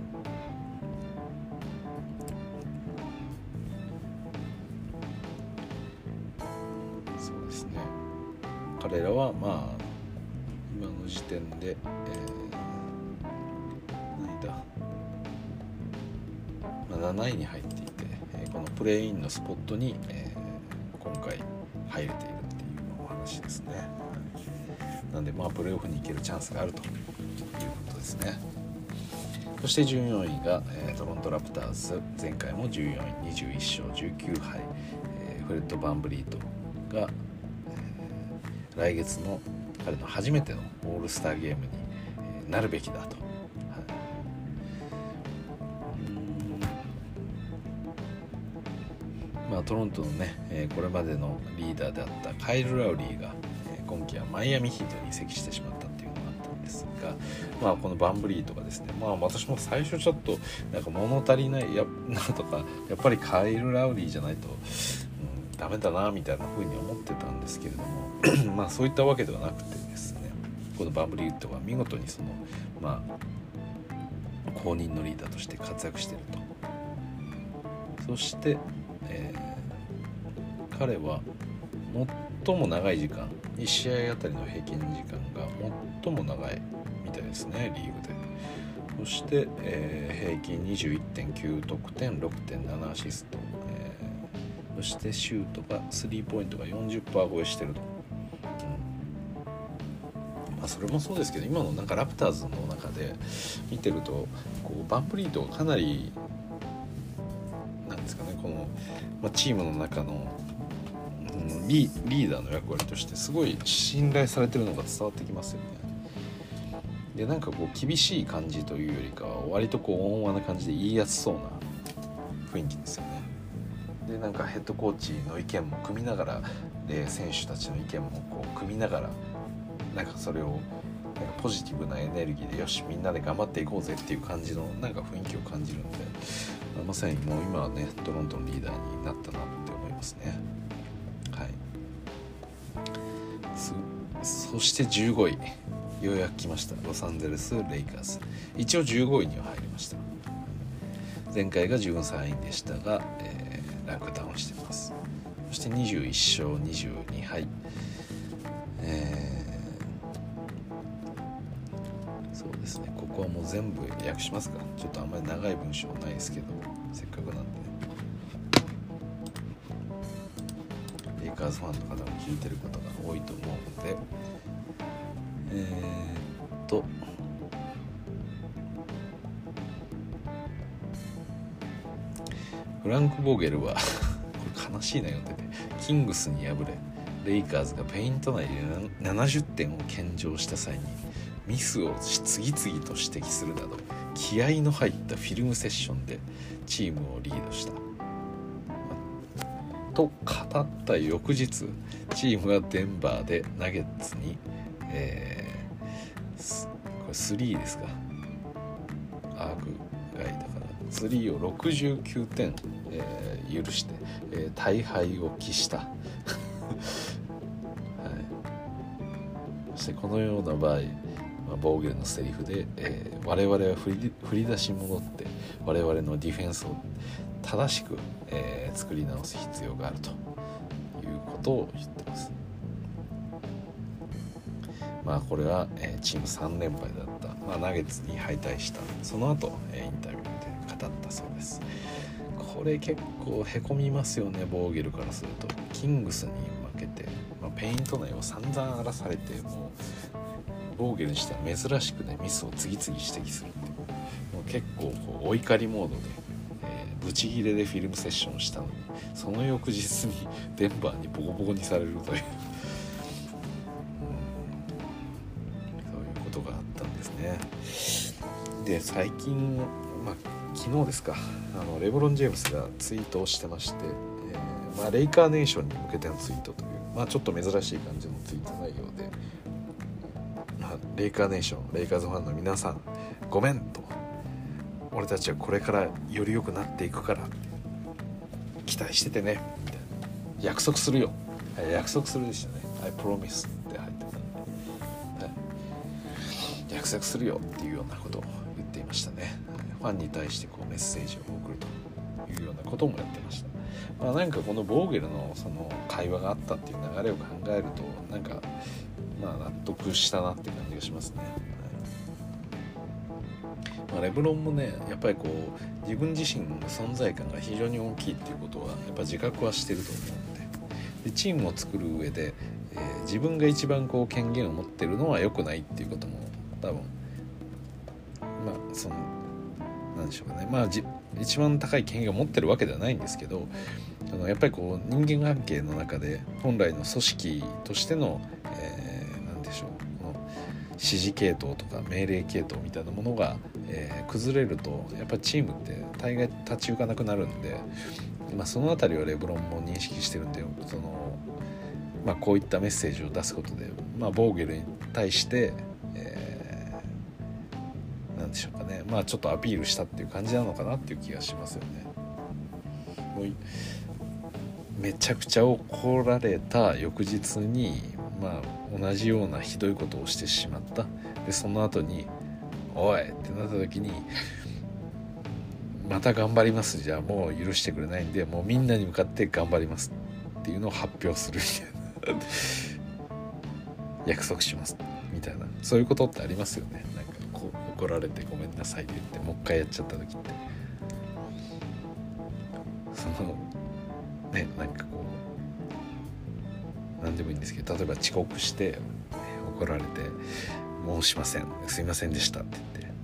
ー、そうですね、彼らはまあ今の時点で、えー、何だ、まあ、なないに入っていて、えー、このプレーインのスポットに、えー、今回入れているっていうお話ですね。なんでまあプレーオフに行けるチャンスがあるということですね。そしてじゅうよんいが、えー、トロントラプターズ、前回もじゅうよんい、にじゅういっしょうじゅうきゅうはい、えー、フレッド・バンブリートが、えー、来月の彼の初めてのオールスターゲームに、えー、なるべきだと、はい、まあ、トロントのね、えー、これまでのリーダーであったカイル・ラウリーが、えー、今季はマイアミヒートに移籍してしまったっていうのがあったんですが、まあ、このバンブリーとかですね、まあ、私も最初ちょっとなんか物足りないやなとか、やっぱりカイル・ラウリーじゃないと、うん、ダメだなみたいな風に思ってたんですけれどもまあそういったわけではなくてですね、このバンブリーとは見事にそのまあ公認のリーダーとして活躍していると。そしてえー、彼は最も長い時間、いち試合あたりの平均時間が最も長いみたいですね、リーグで。そして、えー、平均 にじゅういってんきゅう得点、 ろくてんなな アシスト、えー、そしてシュートがスリーポイントが よんじゅっパーセント 超えしてると、うんまあ、それもそうですけど、今のなんかラプターズの中で見てるとこうバンブリートがかなりなんですかね、この、まあ、チームの中の、うん、リ, リーダーの役割としてすごい信頼されてるのが伝わってきますよね。でなんかこう厳しい感じというよりかは割とこう温和な感じで言いやすそうな雰囲気ですよね。でなんかヘッドコーチの意見も組みながら、で選手たちの意見もこう組みながら、なんかそれをなんかポジティブなエネルギーでよしみんなで頑張っていこうぜっていう感じのなんか雰囲気を感じるんで、まさにもう今はねトロントのリーダーになったなって思いますね。はい。そ, そしてじゅうごい、ようやく来ました。ロサンゼルスレイカーズ、一応じゅうごいには入りました。前回がじゅうさんいでしたが、えー、ランクダウンしてます。そしてにじゅういっしょうにじゅうにはい、えー、そうですね、ここはもう全部訳しますか。ちょっとあんまり長い文章ないですけど、せっかくなんでね、レイカーズファンの方も聞いてることが多いと思うので、えー、っとフランク・ボーゲルはこれ悲しいな、読んでて、キングスに敗れレイカーズがペイント内でななじゅってんを献上した際にミスを次々と指摘するなど気合の入ったフィルムセッションでチームをリードしたと語った翌日、チームはデンバーでナゲッツに、えー、これスリーですか、アーク外だからスリーをろくじゅうきゅうてん、えー、許して、えー、大敗を喫した、はい、そしてこのような場合、まあ、ボーゲルのセリフで、えー、我々は振り、振り出し戻って我々のディフェンスを正しく、えー、作り直す必要があるということを言ってます。まあこれは、えー、チームさんれんぱいだった、まあ、ナゲッツに敗退したその後、えー、インタビューで語ったそうです。これ結構へこみますよね、ボーゲルからすると。キングスに負けて、まあ、ペイント内を散々荒らされて、もうボーゲルにしては珍しくねミスを次々指摘するっていう、もう結構こうお怒りモードで、えー、ブチギレでフィルムセッションしたのに、その翌日にデンバーにボコボコにされるというがあったんですね。で最近、まあ、昨日ですか、あのレブロン・ジェームスがツイートをしてまして、えーまあ、レイカーネーションに向けてのツイートという、まあ、ちょっと珍しい感じのツイート内容で、まあ、レイカーネーション、レイカーズファンの皆さんごめんと、俺たちはこれからより良くなっていくから期待しててねみたいな、約束するよ、約束するでしたね、 I promise って入ってた、はい、約束するよっていうようなことを言っていましたね。ファンに対してこうメッセージを送るというようなこともやってました。まあ、なんかこのボーゲルのその会話があったっていう流れを考えると、なんかまあ納得したなって感じがしますね。まあ、レブロンもねやっぱりこう自分自身の存在感が非常に大きいっていうことはやっぱ自覚はしてると思うので、でチームを作る上で、えー、自分が一番こう権限を持ってるのは良くないっていうことも多分まあそのなんでしょうかね、まあじ一番高い権限を持ってるわけではないんですけど、あのやっぱりこう人間関係の中で本来の組織としての、えー、なんでしょう、この指示系統とか命令系統みたいなものが、えー、崩れるとやっぱりチームって大概立ち行かなくなるんで、まあ、そのあたりはレブロンも認識してるんで、その、まあ、こういったメッセージを出すことで、まあ、ボーゲルに対してなんでしょうかね、まあちょっとアピールしたっていう感じなのかなっていう気がしますよね。もうめちゃくちゃ怒られた翌日に、まあ同じようなひどいことをしてしまった。でその後においってなった時に、また頑張ります、じゃあもう許してくれないんでもうみんなに向かって頑張りますっていうのを発表するみたいな約束しますみたいな、そういうことってありますよね。なんかこう怒られてごめんなさいって言ってもう一回やっちゃった時って、そのね、なんかこう何でもいいんですけど、例えば遅刻して怒られて申しません、すいませんでしたって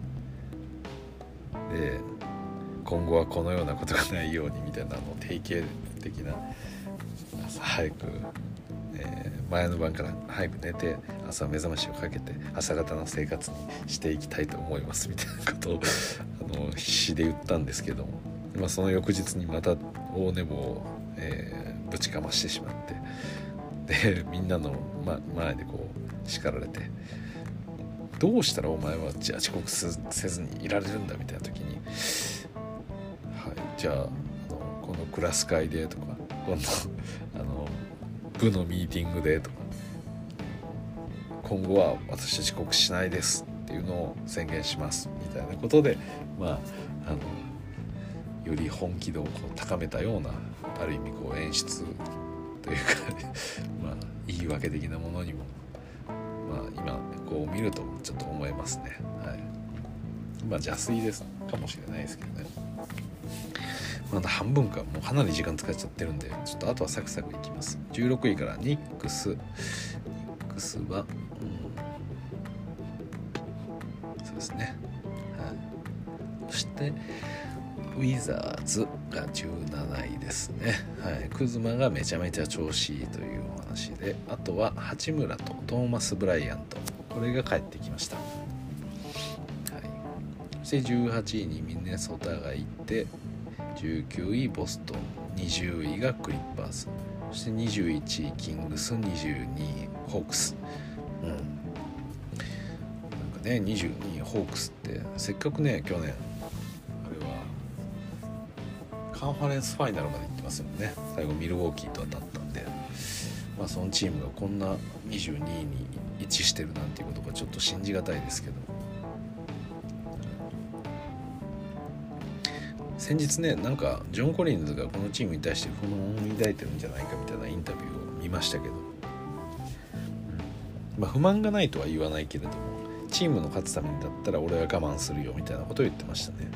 言って、で今後はこのようなことがないようにみたいなの定型的な、朝早く、えー、前の晩から早く寝て朝目覚ましをかけて朝方の生活にしていきたいと思いますみたいなことをあの必死で言ったんですけども、まあ、その翌日にまた大寝坊を、えー、ぶちかましてしまって、でみんなの、ま、前でこう叱られて、 どうしたらお前はじゃあ遅刻せずにいられるんだみたいな時に、はい、じゃあ、あのこのクラス会でとか、今度あの部のミーティングでとか、今後は私遅刻しないですっていうのを宣言しますみたいなことで、まあ、あのより本気度をこう高めたような、ある意味こう演出というか、まあ言い訳的なものにも、まあ今こう見るとちょっと思えますね。はい、まあ邪推ですかもしれないですけどね。まだ半分か、もうかなり時間使っちゃってるんで、ちょっとあとはサクサクいきます。じゅうろくいからニックスニックスは、うん、そうですね、はい、そしてウィザーズがじゅうなないですね。はい、クズマがめちゃめちゃ調子いいというお話で、あとは八村とトーマス・ブライアント、これが帰ってきました。はい、そしてじゅうはちいにミネソタがいて、じゅうきゅういボストン、にじゅういがクリッパーズ、そしてにじゅういちいキングス、にじゅうにいホークス。うん、なんかね、にじゅうにいホークスってせっかくね、去年カンファレンスファイナルまで行ってますよね。最後ミルウォーキーと当たったんで、まあ、そのチームがこんなにじゅうにいに位置してるなんていうことがちょっと信じがたいですけど、先日ね、なんかジョン・コリンズがこのチームに対して不満を抱いてるんじゃないかみたいなインタビューを見ましたけど、まあ、不満がないとは言わないけれども、チームの勝つためにだったら俺は我慢するよみたいなことを言ってましたね。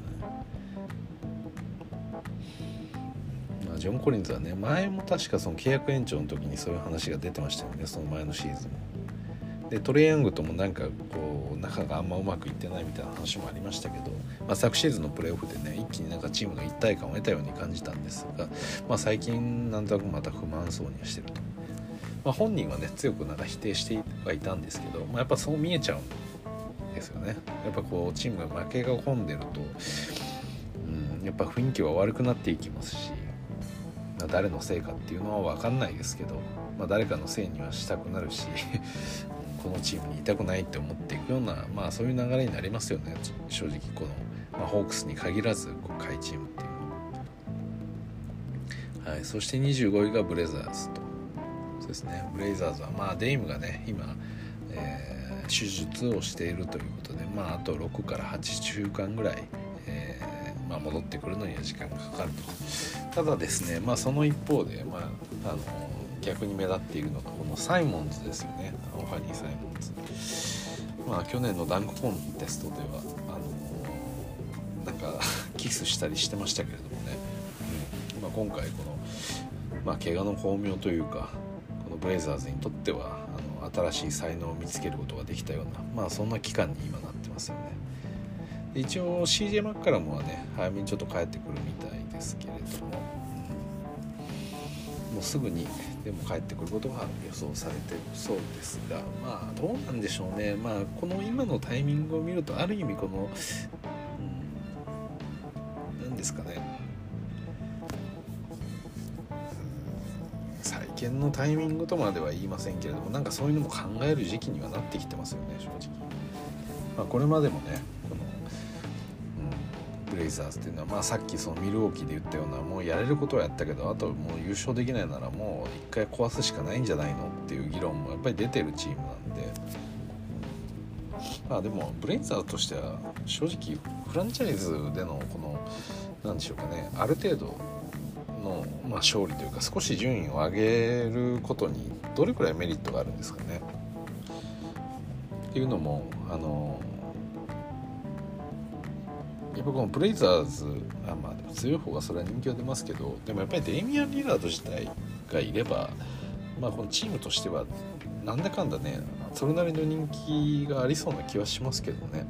ジョン・コリンズはね、前も確かその契約延長の時にそういう話が出てましたよね。その前のシーズンもで、トレイヤングともなんかこう仲があんまうまくいってないみたいな話もありましたけど、まあ、昨シーズンのプレーオフでね、一気になんかチームの一体感を得たように感じたんですが、まあ、最近なんとなくまた不満そうにはしてると、まあ、本人はね強くなんか否定してはいたんですけど、まあ、やっぱそう見えちゃうんですよね。やっぱこうチームが負けが込んでると、うん、やっぱ雰囲気は悪くなっていきますし、誰のせいかっていうのは分かんないですけど、まあ、誰かのせいにはしたくなるしこのチームにいたくないって思っていくような、まあそういう流れになりますよね、正直。この、まあ、ホークスに限らず下位チームっていうのは、はい、そしてにじゅうごいがブレザーズと。そうですね、ブレイザーズはまあデイムがね今、えー、手術をしているということで、まああとろくからはちしゅうかんぐらい、えーまあ、戻ってくるのには時間がかかると。ただですね、まあ、その一方で、まあ、あの逆に目立っているのがこのサイモンズですよね。オファニー・サイモンズ、まあ、去年のダンクコンテストではあのなんかキスしたりしてましたけれどもね、うんまあ、今回この、まあ、怪我の巧妙というか、このブレイザーズにとってはあの新しい才能を見つけることができたような、まあ、そんな期間に今なってますよね。一応 シージェー マッカラムはね早めにちょっと帰ってくるみたいですけれども、もうすぐにでも帰ってくることが予想されているそうですが、まあどうなんでしょうね。まあこの今のタイミングを見ると、ある意味この、うん、何ですかね、再建のタイミングとまでは言いませんけれども、なんかそういうのも考える時期にはなってきてますよね、正直。まあ、これまでもねこのブレイザーズっていうのは、まあ、さっきそのミルウォーキーで言ったような、もうやれることはやったけど、あともう優勝できないならもう一回壊すしかないんじゃないのっていう議論もやっぱり出てるチームなんで、まあでもブレイザーズとしては正直フランチャイズでのこのなんでしょうかね、ある程度の、まあ、勝利というか少し順位を上げることにどれくらいメリットがあるんですかねっていうのも、あのやっぱこのブレイザーズ、あ、まあでも強い方がそれは人気は出ますけど、でもやっぱりデイミアン・リラード自体がいれば、まあこのチームとしてはなんだかんだねそれなりの人気がありそうな気はしますけどね。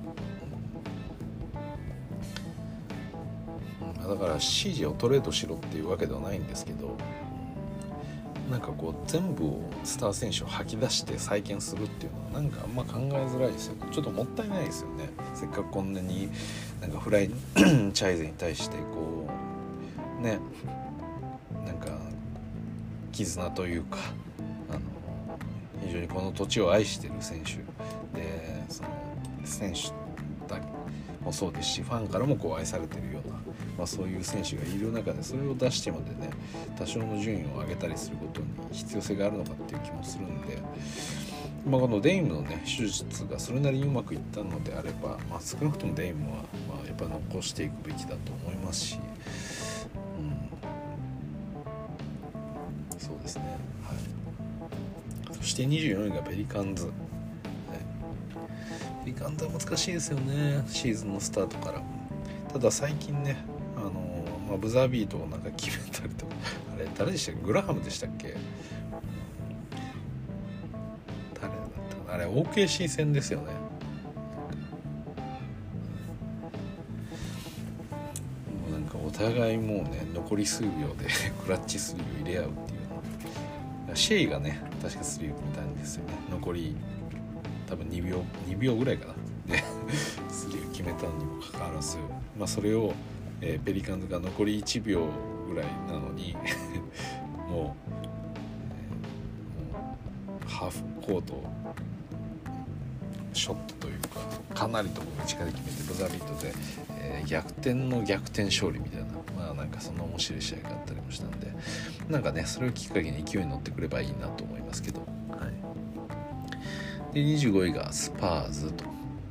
だから シージェー をトレードしろっていうわけではないんですけど、なんかこう全部をスター選手を吐き出して再建するっていうのはなんかあんま考えづらいですよね。ちょっともったいないですよね。せっかくこんなになんかフライチャイゼに対してこうね、なんか絆というか、あの非常にこの土地を愛している選手で、その選手だもそうですしファンからもこう愛されているような、まあ、そういう選手がいる中でそれを出してまでね多少の順位を上げたりすることに必要性があるのかっていう気もするんで、まあ、このデイムのね手術がそれなりにうまくいったのであれば、まあ、少なくともデイムは、まあ、やっぱ残していくべきだと思いますし、うん、そうですね、はい、そしてにじゅうよんいがペリカンズ、ね、ペリカンズは難しいですよね、シーズンのスタートから。ただ最近ねあの、まあ、ブザービートをなんか決めたりとかあれ誰でしたっけ、グラハムでしたっけ、誰だったかあれ オーケーシー 戦ですよね。もうなんかお互いもうね残り数秒でクラッチスリーを入れ合うっていうの、シェイがね確かスリーを決めたんですよね、残り多分にびょうにびょうぐらいかなでスリーを決めたにもかかわらず、まあ、それを、えー、ペリカンズが残りいちびょうぐらいなのにもう、えー、もうハーフコートショットというかかなりところ力で決めてブザービートで、えー、逆転の逆転勝利みたいな、まあなんかそんな面白い試合があったりもしたんで、なんかねそれをきっかけに勢いに乗ってくればいいなと思いますけど、はい、でにじゅうごいがスパーズと、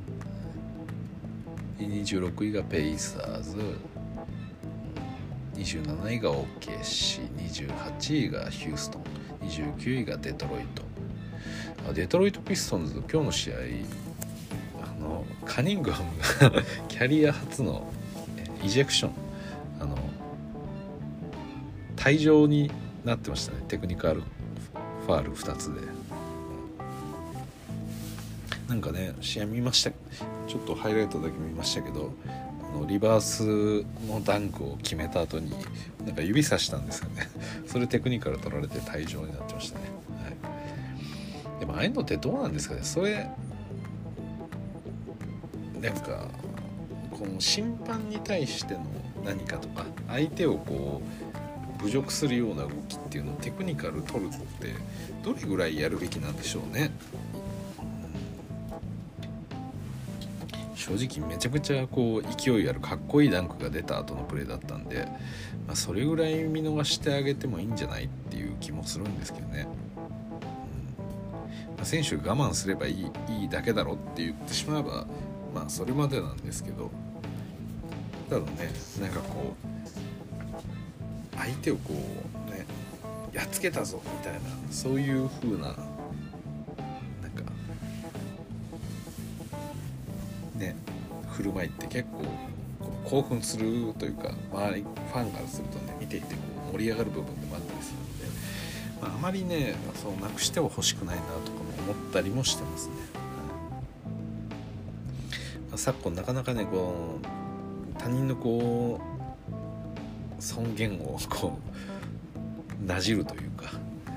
にじゅうろくいがペイサーズ、にじゅうなないが オーケーシー、にじゅうはちいがヒューストン、にじゅうきゅういがデトロイト。デトロイトピストンズ今日の試合、あのカニングハムがキャリア初のイジェクション、あの退場になってましたね、テクニカルファールふたつで。なんかね試合見ました、ちょっとハイライトだけ見ましたけど、あのリバースのダンクを決めた後になんか指さしたんですよねそれテクニカル取られて退場になってましたね、はい、でもああいうのってどうなんですかね、それなんかこの審判に対しての何かとか相手をこう侮辱するような動きっていうのをテクニカル取るってどれぐらいやるべきなんでしょうね。正直めちゃくちゃこう勢いあるかっこいいダンクが出た後のプレーだったんで、まあ、それぐらい見逃してあげてもいいんじゃないっていう気もするんですけどね、うんまあ、選手が我慢すればいい、いいだけだろって言ってしまえばまあそれまでなんですけど、ただねなんかこう相手をこうねやっつけたぞみたいなそういう風なね、振る舞いって結構興奮するというか周りファンからするとね見ていてこう盛り上がる部分でもあったりするので、まあ、あまりねそうなくしては欲しくないなとかも思ったりもしてますね、まあ、昨今なかなかねこう他人のこう尊厳をこうなじるというか、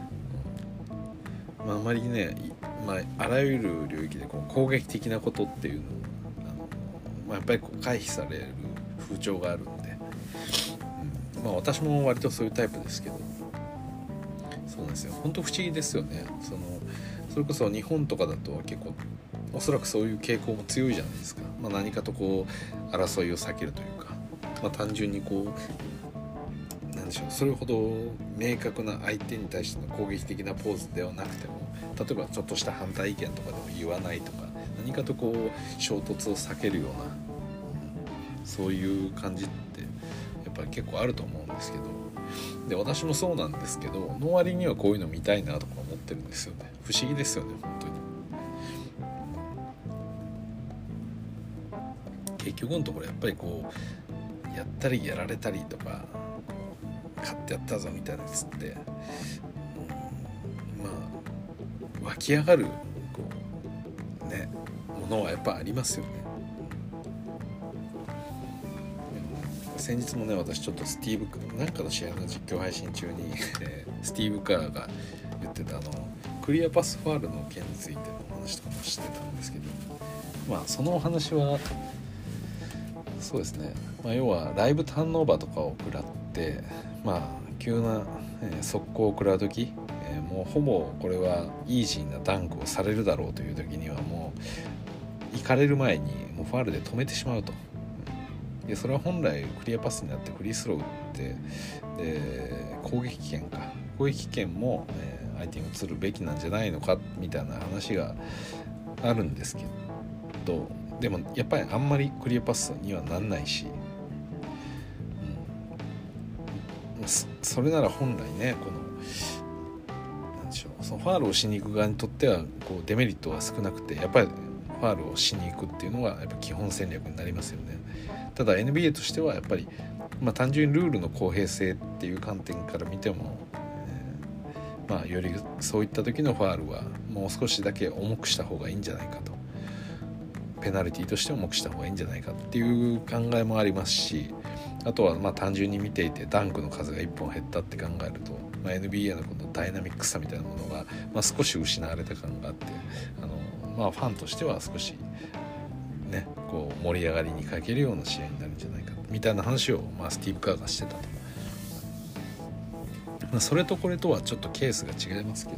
うんまあ、あまりね、まあ、あらゆる領域でこう攻撃的なことっていうのをまあ、やっぱりこう回避される風潮があるので、うんまあ、私も割とそういうタイプですけど、そうなんですよ、本当不思議ですよね。そのそれこそ日本とかだと結構おそらくそういう傾向も強いじゃないですか、まあ、何かとこう争いを避けるというか、まあ、単純にこうなんでしょう、それほど明確な相手に対しての攻撃的なポーズではなくても、例えばちょっとした反対意見とかでも言わないとか、何かとこう衝突を避けるような、そういう感じってやっぱり結構あると思うんですけど、で私もそうなんですけどの割にはこういうの見たいなとか思ってるんですよね。不思議ですよね本当に。結局のところやっぱりこうやったりやられたりとか勝ってやったぞみたいなやつって、うん、まあ湧き上がるこうねものはやっぱありますよね。先日もね私ちょっとスティーブなんかの試合の実況配信中にスティーブ・カーが言ってたあのクリアパスファールの件についての話とかもしてたんですけど、まあそのお話はそうですね、まあ、要はライブターンオーバーとかを食らって、まあ急な、えー、速攻を食らう時、えー、もうほぼこれはイージーなダンクをされるだろうという時にはもう行かれる前にもうファールで止めてしまうと。でそれは本来クリアパスになってフリースロー打ってで攻撃権か攻撃権も、えー、相手に移るべきなんじゃないのかみたいな話があるんですけど、でもやっぱりあんまりクリアパスにはなんないし、うん、それなら本来ねこのなんでしょう、そのファールをしに行く側にとってはこうデメリットが少なくて、やっぱりファールをしに行くっていうのがやっぱ基本戦略になりますよね。ただ エヌビーエー としてはやっぱり、まあ、単純にルールの公平性っていう観点から見ても、えーまあ、よりそういった時のファールはもう少しだけ重くした方がいいんじゃないかと、ペナルティとして重くした方がいいんじゃないかっていう考えもありますし、あとはまあ単純に見ていてダンクの数がいっぽん減ったって考えると、まあ、エヌビーエー のこのダイナミックさみたいなものが、まあ、少し失われた感があって、あの、まあ、ファンとしては少しね、こう盛り上がりに欠けるような試合になるんじゃないかみたいな話を、まあ、スティーブ・カーがしてたと、まあ、それとこれとはちょっとケースが違いますけど、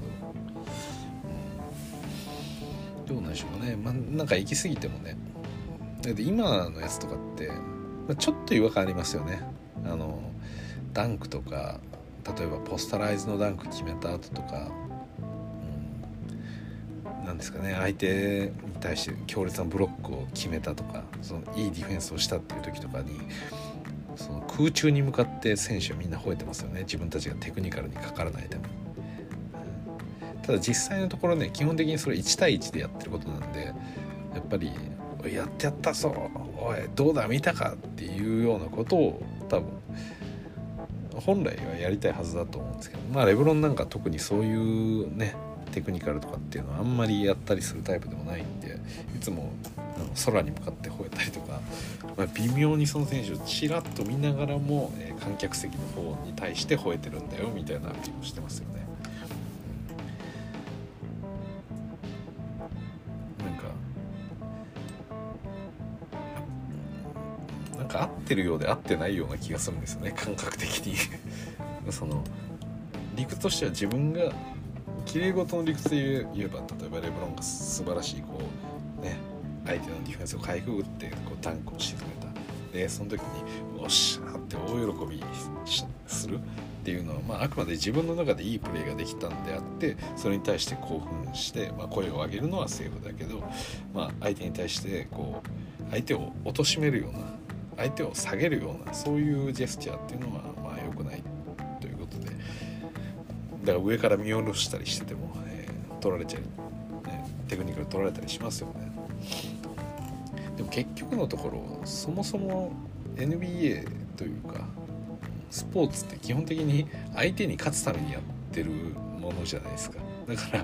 うん、どうなんでしょうね、まあ、なんか行き過ぎてもね、だって今のやつとかって、まあ、ちょっと違和感ありますよね。あのダンクとか例えばポスタライズのダンク決めた後とか、なんですかね、相手に対して強烈なブロックを決めたとか、そのいいディフェンスをしたっていう時とかにその空中に向かって選手はみんな吠えてますよね、自分たちがテクニカルにかからないために。ただ実際のところね、基本的にそれいち対いちでやってることなんで、やっぱりやってやったぞ、おいどうだ見たかっていうようなことを多分本来はやりたいはずだと思うんですけど、まあレブロンなんか特にそういうねテクニカルとかっていうのはあんまりやったりするタイプでもないんで、いつもあの空に向かって吠えたりとか、まあ、微妙にその選手をちらっと見ながらも、えー、観客席の方に対して吠えてるんだよみたいなアピールをしてますよね。なんかなんか合ってるようで合ってないような気がするんですよね、感覚的にその理屈としては自分が綺麗事の理屈で言えば、例えばレブロンが素晴らしいこうね相手のディフェンスをかいくぐってこうダンクを沈めた、でその時におっしゃーって大喜びするっていうのは、まあ、あくまで自分の中でいいプレーができたんであって、それに対して興奮して、まあ、声を上げるのはセーフだけど、まあ、相手に対してこう相手を貶めるような、相手を下げるようなそういうジェスチャーっていうのはまあ良くないということで、だから上から見下ろしたりしてても、えー、取られちゃう、ね、テクニカル取られたりしますよね。でも結局のところそもそも エヌビーエー というかスポーツって基本的に相手に勝つためにやってるものじゃないですか。だから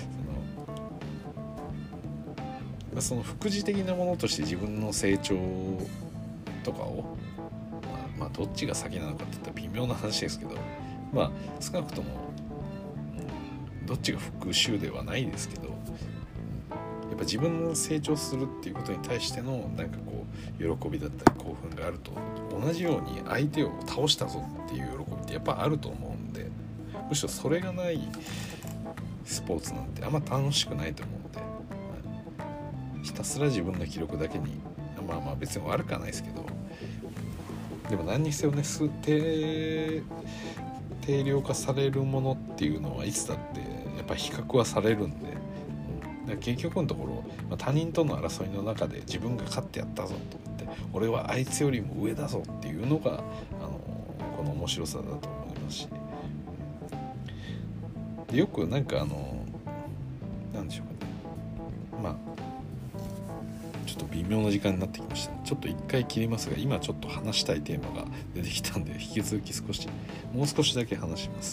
その、その副次的なものとして自分の成長とかを、まあ、まあどっちが先なのかっていったら微妙な話ですけど、まあ少なくともどっちが復讐ではないですけど、やっぱ自分の成長するっていうことに対してのなんかこう喜びだったり興奮があると、同じように相手を倒したぞっていう喜びってやっぱあると思うんで、むしろそれがないスポーツなんてあんま楽しくないと思うんで、ひたすら自分の記録だけに、まあまあ別に悪くはないですけど、でも何にせよね、定定量化されるものっていうのはいつだってやっぱ比較はされるんで、だから結局のところ、まあ、他人との争いの中で自分が勝ってやったぞと言って、俺はあいつよりも上だぞっていうのがあのこの面白さだと思いますし、でよくなんかあのなんでしょうかね、まあちょっと微妙な時間になってきました、ね、ちょっと一回切りますが、今ちょっと話したいテーマが出てきたんで、引き続き少しもう少しだけ話します。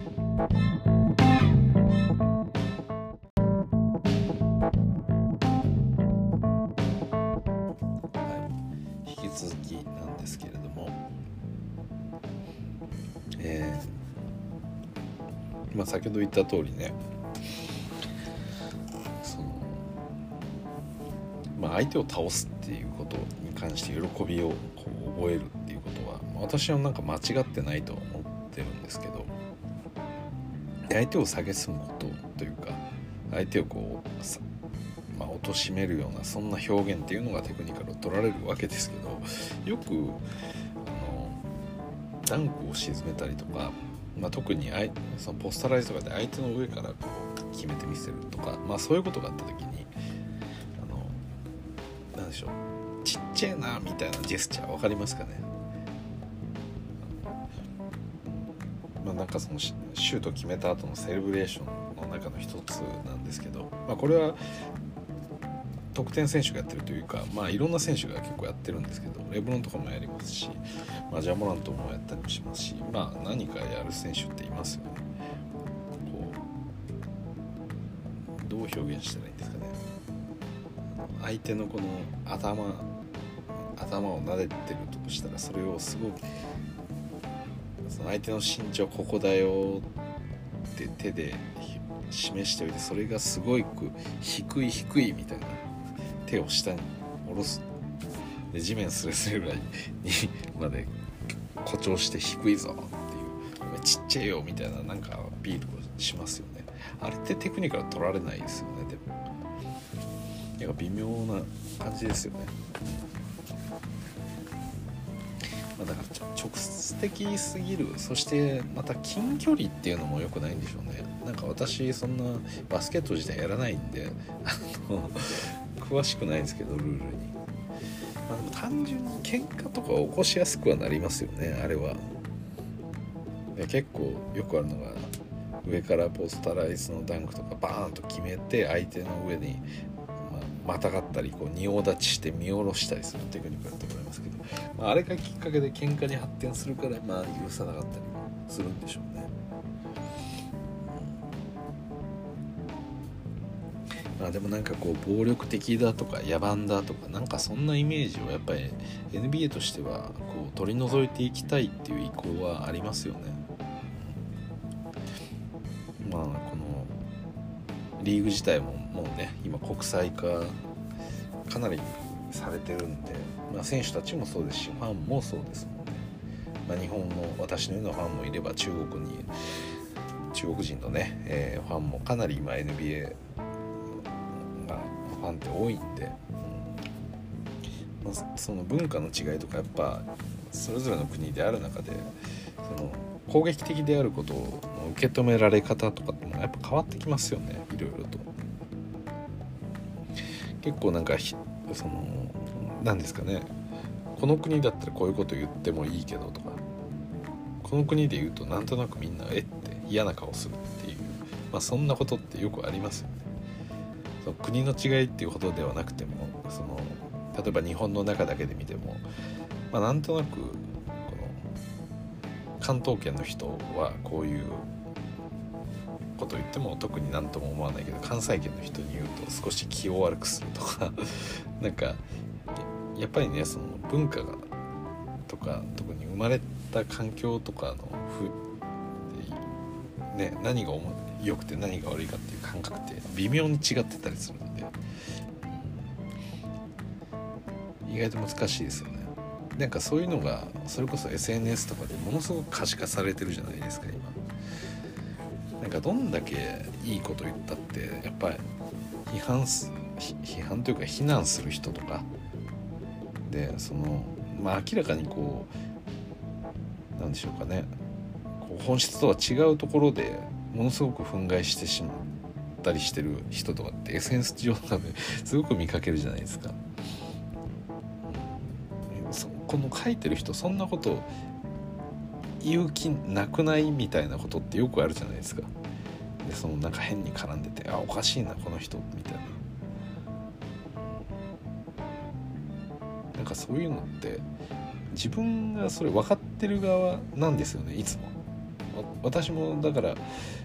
はい、引き続きなんですけれども、えー、まあ先ほど言った通りね、まあ、相手を倒すっていうことに関して喜びをこう覚えるっていうことは、私はなんか間違ってないと思ってるんですけど、相手を蔑むことというか相手をこう、まあ、貶めるようなそんな表現っていうのがテクニカルを取られるわけですけど、よくあのダンクを沈めたりとか、まあ、特にそのポスタライズとかで相手の上からこう決めてみせるとか、まあ、そういうことがあった時にあのなんでしょう、ちっちゃいなみたいなジェスチャー分かりますかね。まあ、なんかそのシュート決めた後のセレブレーションの中の一つなんですけど、まあ、これは得点選手がやってるというか、まあ、いろんな選手が結構やってるんですけど、レブロンとかもやりますし、まあ、ジャモラントもやったりもしますし、まあ、何かやる選手っていますよね。こうどう表現したらいいんですかね。相手のこの頭頭を撫でてるとしたら、それをすごくその相手の身長ここだよって手で示しておいて、それがすごい低い低いみたいな、手を下に下ろすで地面スレスレぐらいにまで誇張して低いぞっていう、ちっちゃいよみたいななんかアピールをしますよね。あれってテクニカル取られないですよね。でもなんか微妙な感じですよね。まあ、だから直接的すぎる、そしてまた近距離っていうのも良くないんでしょうね。なんか私そんなバスケット自体やらないんであの詳しくないんですけどルールに、まあ、でも単純に喧嘩とか起こしやすくはなりますよね。あれは結構よくあるのが、上からポスタライズのダンクとかバーンと決めて相手の上にまたがったりこう仁王立ちして見下ろしたりするテクニックだと思いますけど、まあ、あれがきっかけで喧嘩に発展するから、まあ許さなかったりもするんでしょうね。まあ、でもなんかこう暴力的だとか野蛮だとかなんかそんなイメージをやっぱり エヌビーエー としてはこう取り除いていきたいっていう意向はありますよね。まあこのリーグ自体ももうね今国際化かなりされてるんで、まあ、選手たちもそうですしファンもそうですもんね。まあ、日本の私のようなファンもいれば中国に中国人のね、えー、ファンもかなり今 エヌビーエー がファンって多いんで、うんまあ、その文化の違いとかやっぱそれぞれの国である中でその攻撃的であることの受け止められ方とかってもやっぱ変わってきますよね。いろいろと結構なんかその何ですかね、この国だったらこういうこと言ってもいいけどとか、この国で言うとなんとなくみんなえって嫌な顔するっていう、まあ、そんなことってよくありますよね。その国の違いっていうことではなくても、その例えば日本の中だけで見ても、まあ、なんとなくこの関東圏の人はこういうこと言っても特になんとも思わないけど、関西圏の人に言うと少し気を悪くするとかなんかやっぱりね、その文化がとか特に生まれた環境とかのふ、ね、何が良くて何が悪いかっていう感覚って微妙に違ってたりするので、意外と難しいですよね。なんかそういうのがそれこそ エスエヌエス とかでものすごく可視化されてるじゃないですか今。なんかどんだけいいこと言ったってやっぱり批判す批判というか非難する人とかで、そのまあ明らかにこうなんでしょうかね、こう本質とは違うところでものすごく憤慨してしまったりしてる人とかって エスエヌエス 上とかですごく見かけるじゃないですか。この書いてる人そんなこと言う気なくないみたいなことってよくあるじゃないですか。でそのなんか変に絡んでて、あおかしいなこの人みたいな、なんかそういうのって自分がそれ分かってる側なんですよねいつも。私もだから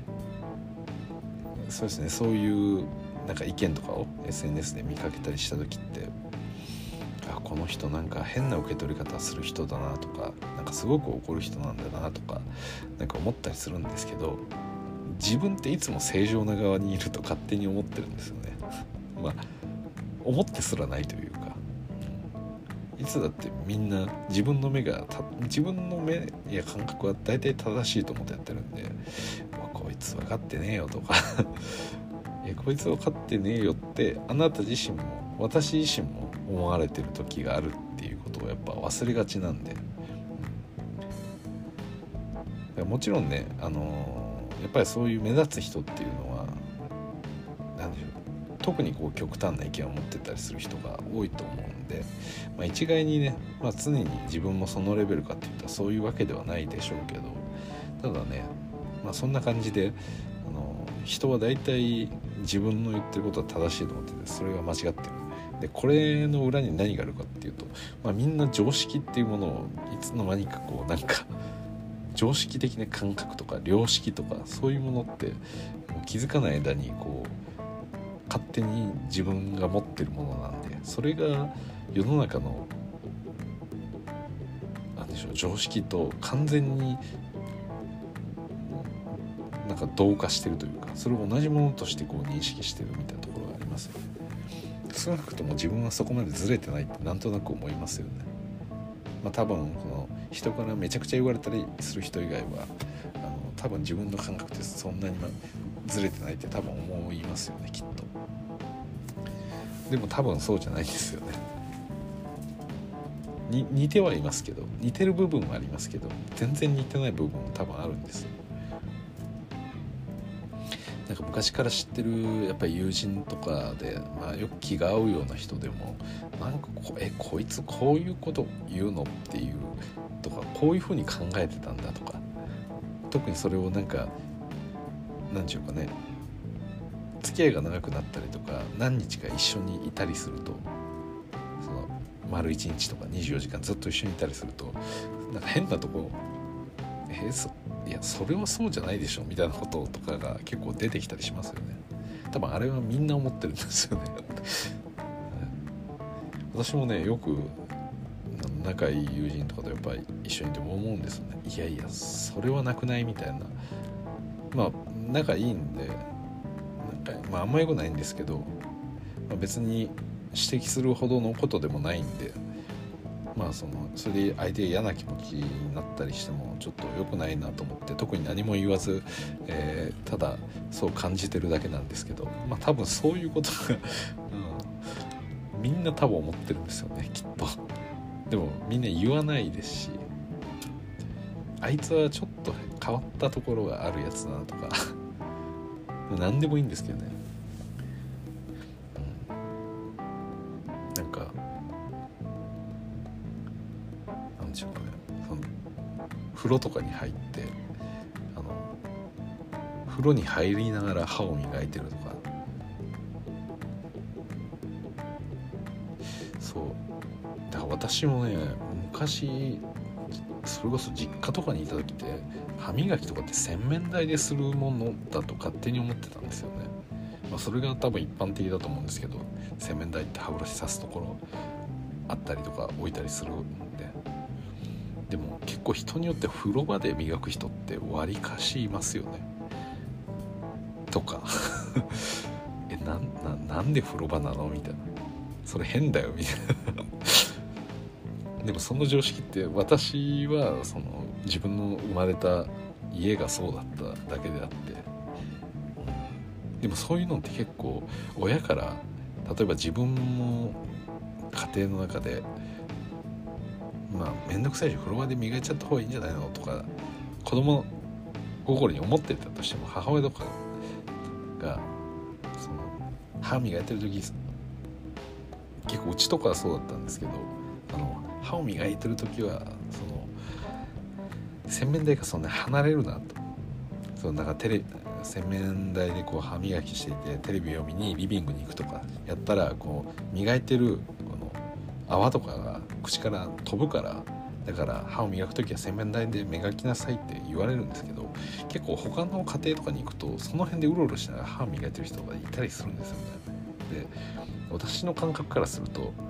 そうですね、そういうなんか意見とかを エスエヌエス で見かけたりした時って、あこの人なんか変な受け取り方する人だなとか、なんかすごく怒る人なんだなとかなんか思ったりするんですけど、自分っていつも正常な側にいると勝手に思ってるんですよねまあ思ってすらないというか、 いつだってみんな自分の目がた自分の目や感覚は大体正しいと思ってやってるんで、こいつ分かってねえよとかいやこいつ分かってねえよってあなた自身も私自身も思われてる時があるっていうことをやっぱ忘れがちなんで、うん、もちろんね、あのー、やっぱりそういう目立つ人っていうのは何でしょう、特にこう極端な意見を持ってたりする人が多いと思うんで、まあ、一概にね、まあ、常に自分もそのレベルかっていったらそういうわけではないでしょうけど、ただね、まあ、そんな感じであの人は大体自分の言ってることは正しいと思ってて、それが間違ってる。でこれの裏に何があるかっていうと、まあ、みんな常識っていうものをいつの間にかこうなんか常識的な感覚とか良識とかそういうものってもう気づかない間にこう勝手に自分が持ってるものなんで、それが世の中のなんでしょう常識と完全になんか同化してるというか、それを同じものとしてこう認識してるみたいなところがありますよね。少なくとも自分はそこまでずれてないってなんとなく思いますよね。まあ多分この人からめちゃくちゃ言われたりする人以外はあの多分自分の感覚ってそんなにずれてないって多分思いますよね、きっと。でも多分そうじゃないですよね。に似てはいますけど、似てる部分はありますけど、全然似てない部分も多分あるんですよ。なんか昔から知ってるやっぱり友人とかで、まあ、よく気が合うような人でもなんかこえこいつこういうこと言うのっていうとか、こういうふうに考えてたんだとか、特にそれをなんかなんていうかね、付き合いが長くなったりとか何日か一緒にいたりすると、その丸一日とかにじゅうよじかんずっと一緒にいたりすると、なんか変なとこえそいやそれはそうじゃないでしょみたいなこととかが結構出てきたりしますよね。多分あれはみんな思ってるんですよね私もねよく仲いい友人とかとやっぱり一緒にいても思うんですよね。いやいやそれはなくないみたいな。まあ仲いいんでなんか、まあ、あんま良くないんですけど、まあ、別に指摘するほどのことでもないんで、まあそのそれで相手が嫌な気持ちになったりしてもちょっと良くないなと思って特に何も言わず、えー、ただそう感じてるだけなんですけど、まあ多分そういうことが、うん、みんな多分思ってるんですよねきっと。でもみんな言わないですし、あいつはちょっと変わったところがあるやつだなとか何でもいいんですけどね、うん、なんかなんでしょうかね、その風呂とかに入ってあの風呂に入りながら歯を磨いてるとか、そうだから私もね昔それこそ実家とかにいた時って歯磨きとかって洗面台でするものだと勝手に思ってたんですよね。まあ、それが多分一般的だと思うんですけど、洗面台って歯ブラシ刺すところあったりとか置いたりするんで、でも結構人によって風呂場で磨く人ってわりかしいますよねとかえな な, なんで風呂場なのみたいな、それ変だよみたいなでもその常識って私はその自分の生まれた家がそうだっただけであって、でもそういうのって結構親から例えば自分も家庭の中でまあ面倒くさいし風呂場で磨いちゃった方がいいんじゃないのとか子供心に思ってたとしても、母親とかがその歯磨いてる時結構うちとかはそうだったんですけど、あの歯を磨いてる時はその洗面台がそんな離れるなと、そのなんかテレ洗面台でこう歯磨きしていてテレビを見にリビングに行くとかやったらこう磨いてるこの泡とかが口から飛ぶから、だから歯を磨く時は洗面台で磨きなさいって言われるんですけど、結構他の家庭とかに行くとその辺でうろうろしながら歯磨いてる人がいたりするんですよね。で私の感覚からすると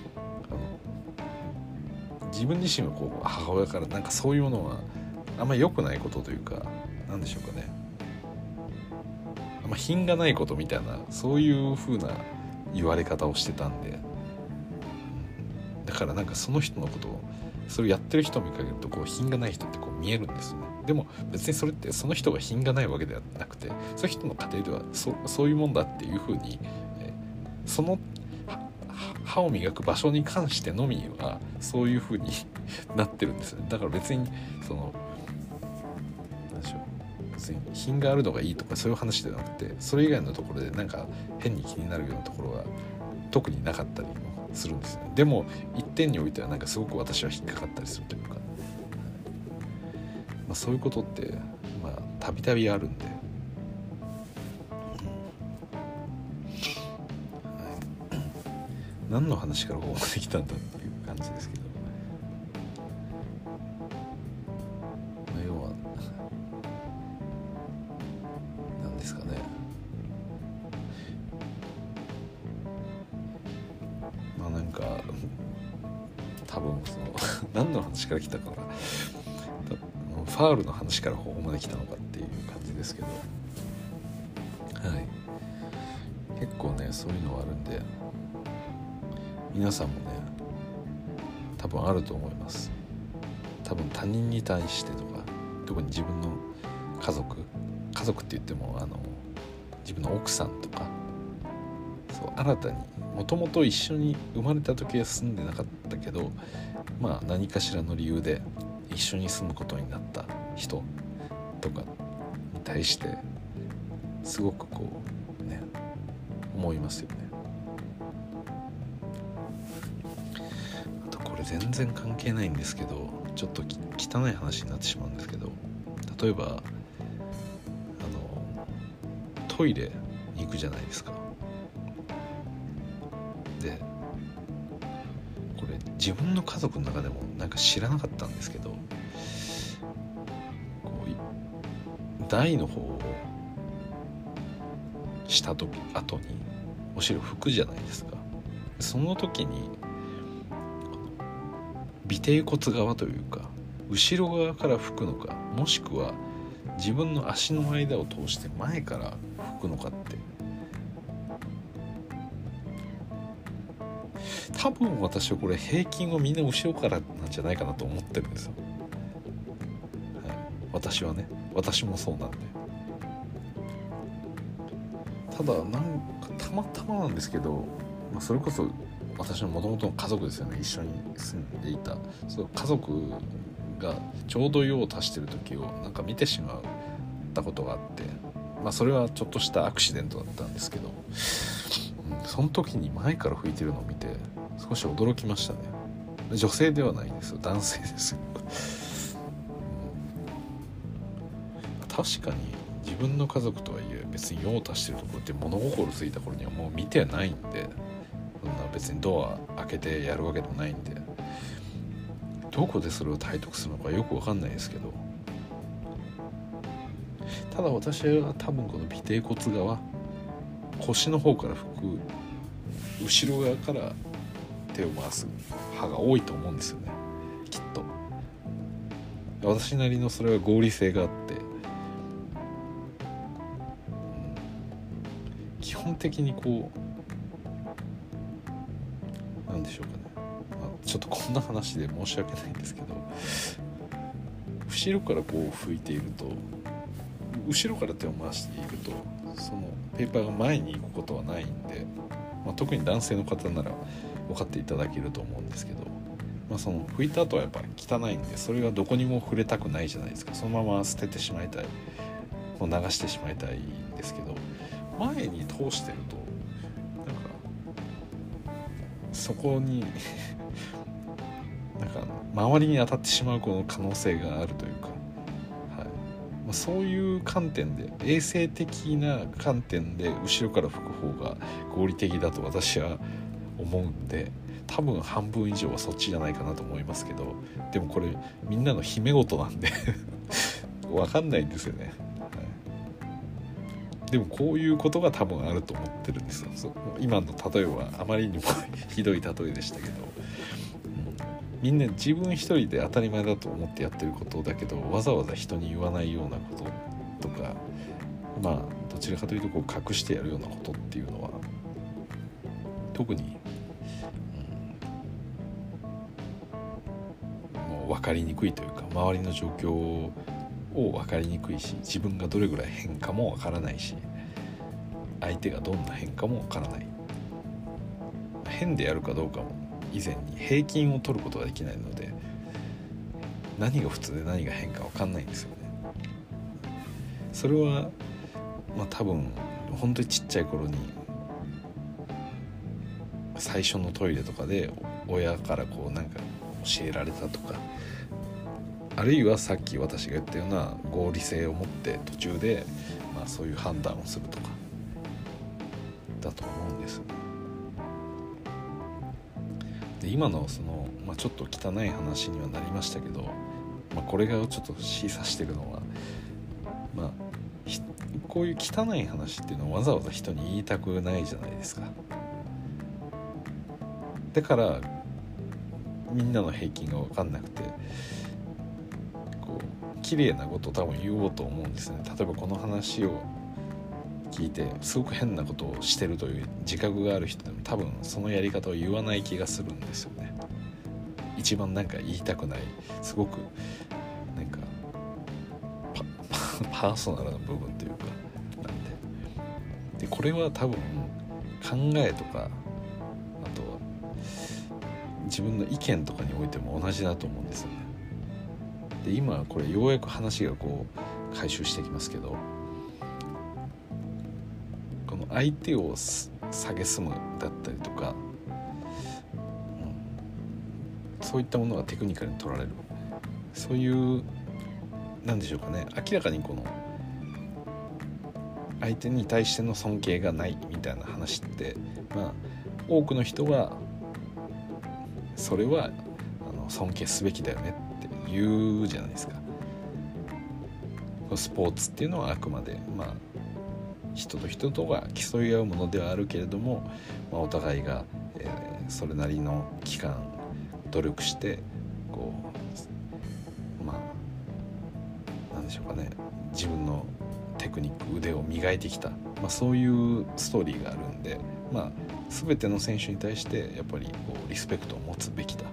自分自身はこう母親からなんかそういうものはあんまり良くないことというか、なんでしょうかね、あんま品がないことみたいなそういう風な言われ方をしてたんで、 だからなんかその人のことをそれをやってる人を見かけるとこう品がない人ってこう見えるんですよね。でも別にそれってその人が品がないわけではなくて、そういう人の家庭では そ, そういうもんだっていうふうに、えー、その歯を磨く場所に関してのみはそういうふうになってるんですよね。だから別にその何でしょう、別に品があるのがいいとかそういう話ではなくて、それ以外のところでなんか変に気になるようなところは特になかったりもするんですね。でも一点においてはなんかすごく私は引っかかったりするというか、まあ、そういうことってまあたびたびあるんで、何の話からここまで来たんだっていう感じですけど、まあ、要は何ですかね、まあなんか多分その何の話から来たかな、ファールの話からここまで来たのかっていう感じですけど、はい、結構ねそういうのはあるんで、皆さんもね多分あると思います。多分他人に対してとか、特に自分の家族家族って言ってもあの自分の奥さんとか、そう新たにもともと一緒に生まれた時は住んでなかったけど、まあ何かしらの理由で一緒に住むことになった人とかに対してすごくこうね思いますよね。あとこれ全然関係ないんですけど、ちょっと汚い話になってしまうんですけど、例えばあのトイレに行くじゃないですか。でこれ自分の家族の中でもなんか知らなかったんですけど、こう台の方をした時後にお尻を拭くじゃないですか。その時に尾てい骨側というか後ろ側から拭くのか、もしくは自分の足の間を通して前から拭くのかって、多分私はこれ平均をみんな後ろからなんじゃないかなと思ってるんですよ、はい、私はね私もそうなんで。ただなんかたまたまなんですけど、まあ、それこそ私の元々の家族ですよね、一緒に住んでいたその家族がちょうど用を足してる時をなんか見てしまったことがあって、まあそれはちょっとしたアクシデントだったんですけど、うん、その時に前から拭いてるのを見て少し驚きましたね。女性ではないですよ、男性ですよ、うん、確かに自分の家族とはいえ別に用を足してるところって物心ついた頃にはもう見てないんで、そんな別にドア開けてやるわけでもないんで、どこでそれを体得するのかよく分かんないですけど、ただ私は多分この尾てい骨側、腰の方から拭く後ろ側から手を回す派が多いと思うんですよね、きっと。私なりのそれは合理性があって、うん、基本的にこうなんでしょうかね、まあ、ちょっとこんな話で申し訳ないんですけど、後ろからこう拭いていると、後ろから手を回しているとそのペーパーが前に行くことはないんで、まあ、特に男性の方なら分かっていただけると思うんですけど、まあ、その拭いた後はやっぱり汚いんで、それがどこにも触れたくないじゃないですか。そのまま捨ててしまいたい、もう流してしまいたいんですけど、前に通してるとなんかそこになんか周りに当たってしまうこの可能性があるというか、はい、まあ、そういう観点で衛生的な観点で後ろから拭く方が合理的だと私は思うんで、多分半分以上はそっちじゃないかなと思いますけど、でもこれみんなの秘め事なんで分かんないんですよね、はい、でもこういうことが多分あると思ってるんですよ。今の例えはあまりにもひどい例えでしたけど、みんな自分一人で当たり前だと思ってやってることだけど、わざわざ人に言わないようなこととか、まあどちらかというとこう隠してやるようなことっていうのは特に、 分かりにくいというか、周りの状況を分かりにくいし、自分がどれぐらい変かも分からないし、相手がどんな変かも分からない。変でやるかどうかも以前に平均を取ることができないので、何が普通で何が変か分かんないんですよね。それはまあ多分本当にちっちゃい頃に最初のトイレとかで親からこうなんか教えられたとか、あるいはさっき私が言ったような合理性を持って途中でまあそういう判断をするとかだと思うんです。で今のその、まあ、ちょっと汚い話にはなりましたけど、まあ、これがちょっと示唆してるのは、まあ、こういう汚い話っていうのをわざわざ人に言いたくないじゃないですか。だからみんなの平均が分かんなくて、こう綺麗なことを多分言おうと思うんですね。例えばこの話を聞いてすごく変なことをしてるという自覚がある人でも多分そのやり方を言わない気がするんですよね。一番なんか言いたくない、すごくなんか パ, パーソナルな部分というかなんで、でこれは多分考えとか、あとは自分の意見とかにおいても同じだと思うんですよね。で今これようやく話がこう回収してきますけど、この相手を蔑むだったりとか、うん、そういったものがテクニカルに取られる、そういうなんでしょうかね、明らかにこの相手に対しての尊敬がないみたいな話って、まあ多くの人はそれはあの尊敬すべきだよねって言うじゃないですか。スポーツっていうのはあくまでまあ人と人とが競い合うものではあるけれども、まあ、お互いが、えー、それなりの期間努力してこうまあなんでしょうかね、自分のテクニック腕を磨いてきた、まあ、そういうストーリーがあるんで、まあ、全ての選手に対してやっぱりこうリスペクトを持つべきだ、うん、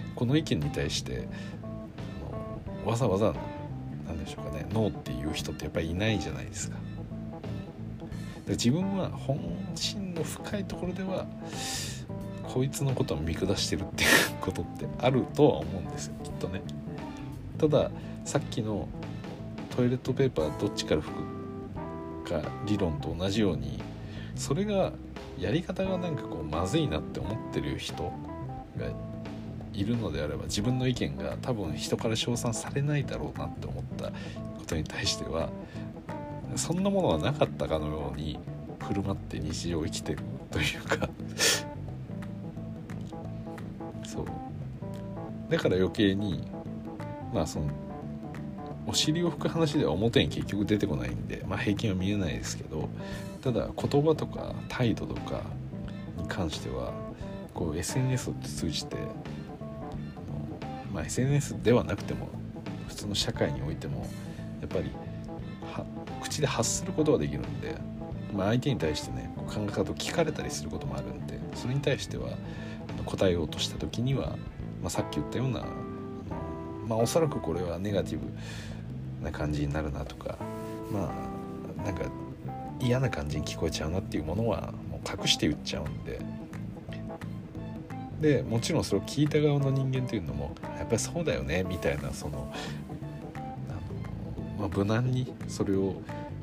この意見に対してあのわざわざなんでしょうかね、ノーっていう人ってやっぱりいないじゃないですか。で自分は本心の深いところではこいつのことを見下してるっていうことってあるとは思うんですよ、きっとね。たださっきのトイレットペーパーどっちから拭くか理論と同じように、それがやり方がなんかこうまずいなって思ってる人がいるのであれば、自分の意見が多分人から称賛されないだろうなって思ったことに対しては、そんなものはなかったかのように振る舞って日常を生きてるというかそうだから余計にまあそのお尻を拭く話では表に結局出てこないんで、まあ、平均は見えないですけど、ただ言葉とか態度とかに関してはこう エスエヌエス を通じて、まあ、エスエヌエス ではなくても普通の社会においてもやっぱりは口で発することができるんで、まあ、相手に対してね考え方を聞かれたりすることもあるんで、それに対しては答えようとした時には、まあ、さっき言ったようなまあおそらくこれはネガティブな感じになるなとか、まあなんか嫌な感じに聞こえちゃうなっていうものはもう隠して言っちゃうんで、でもちろんそれを聞いた側の人間というのもやっぱりそうだよねみたいな、そのあの、まあ、無難にそれを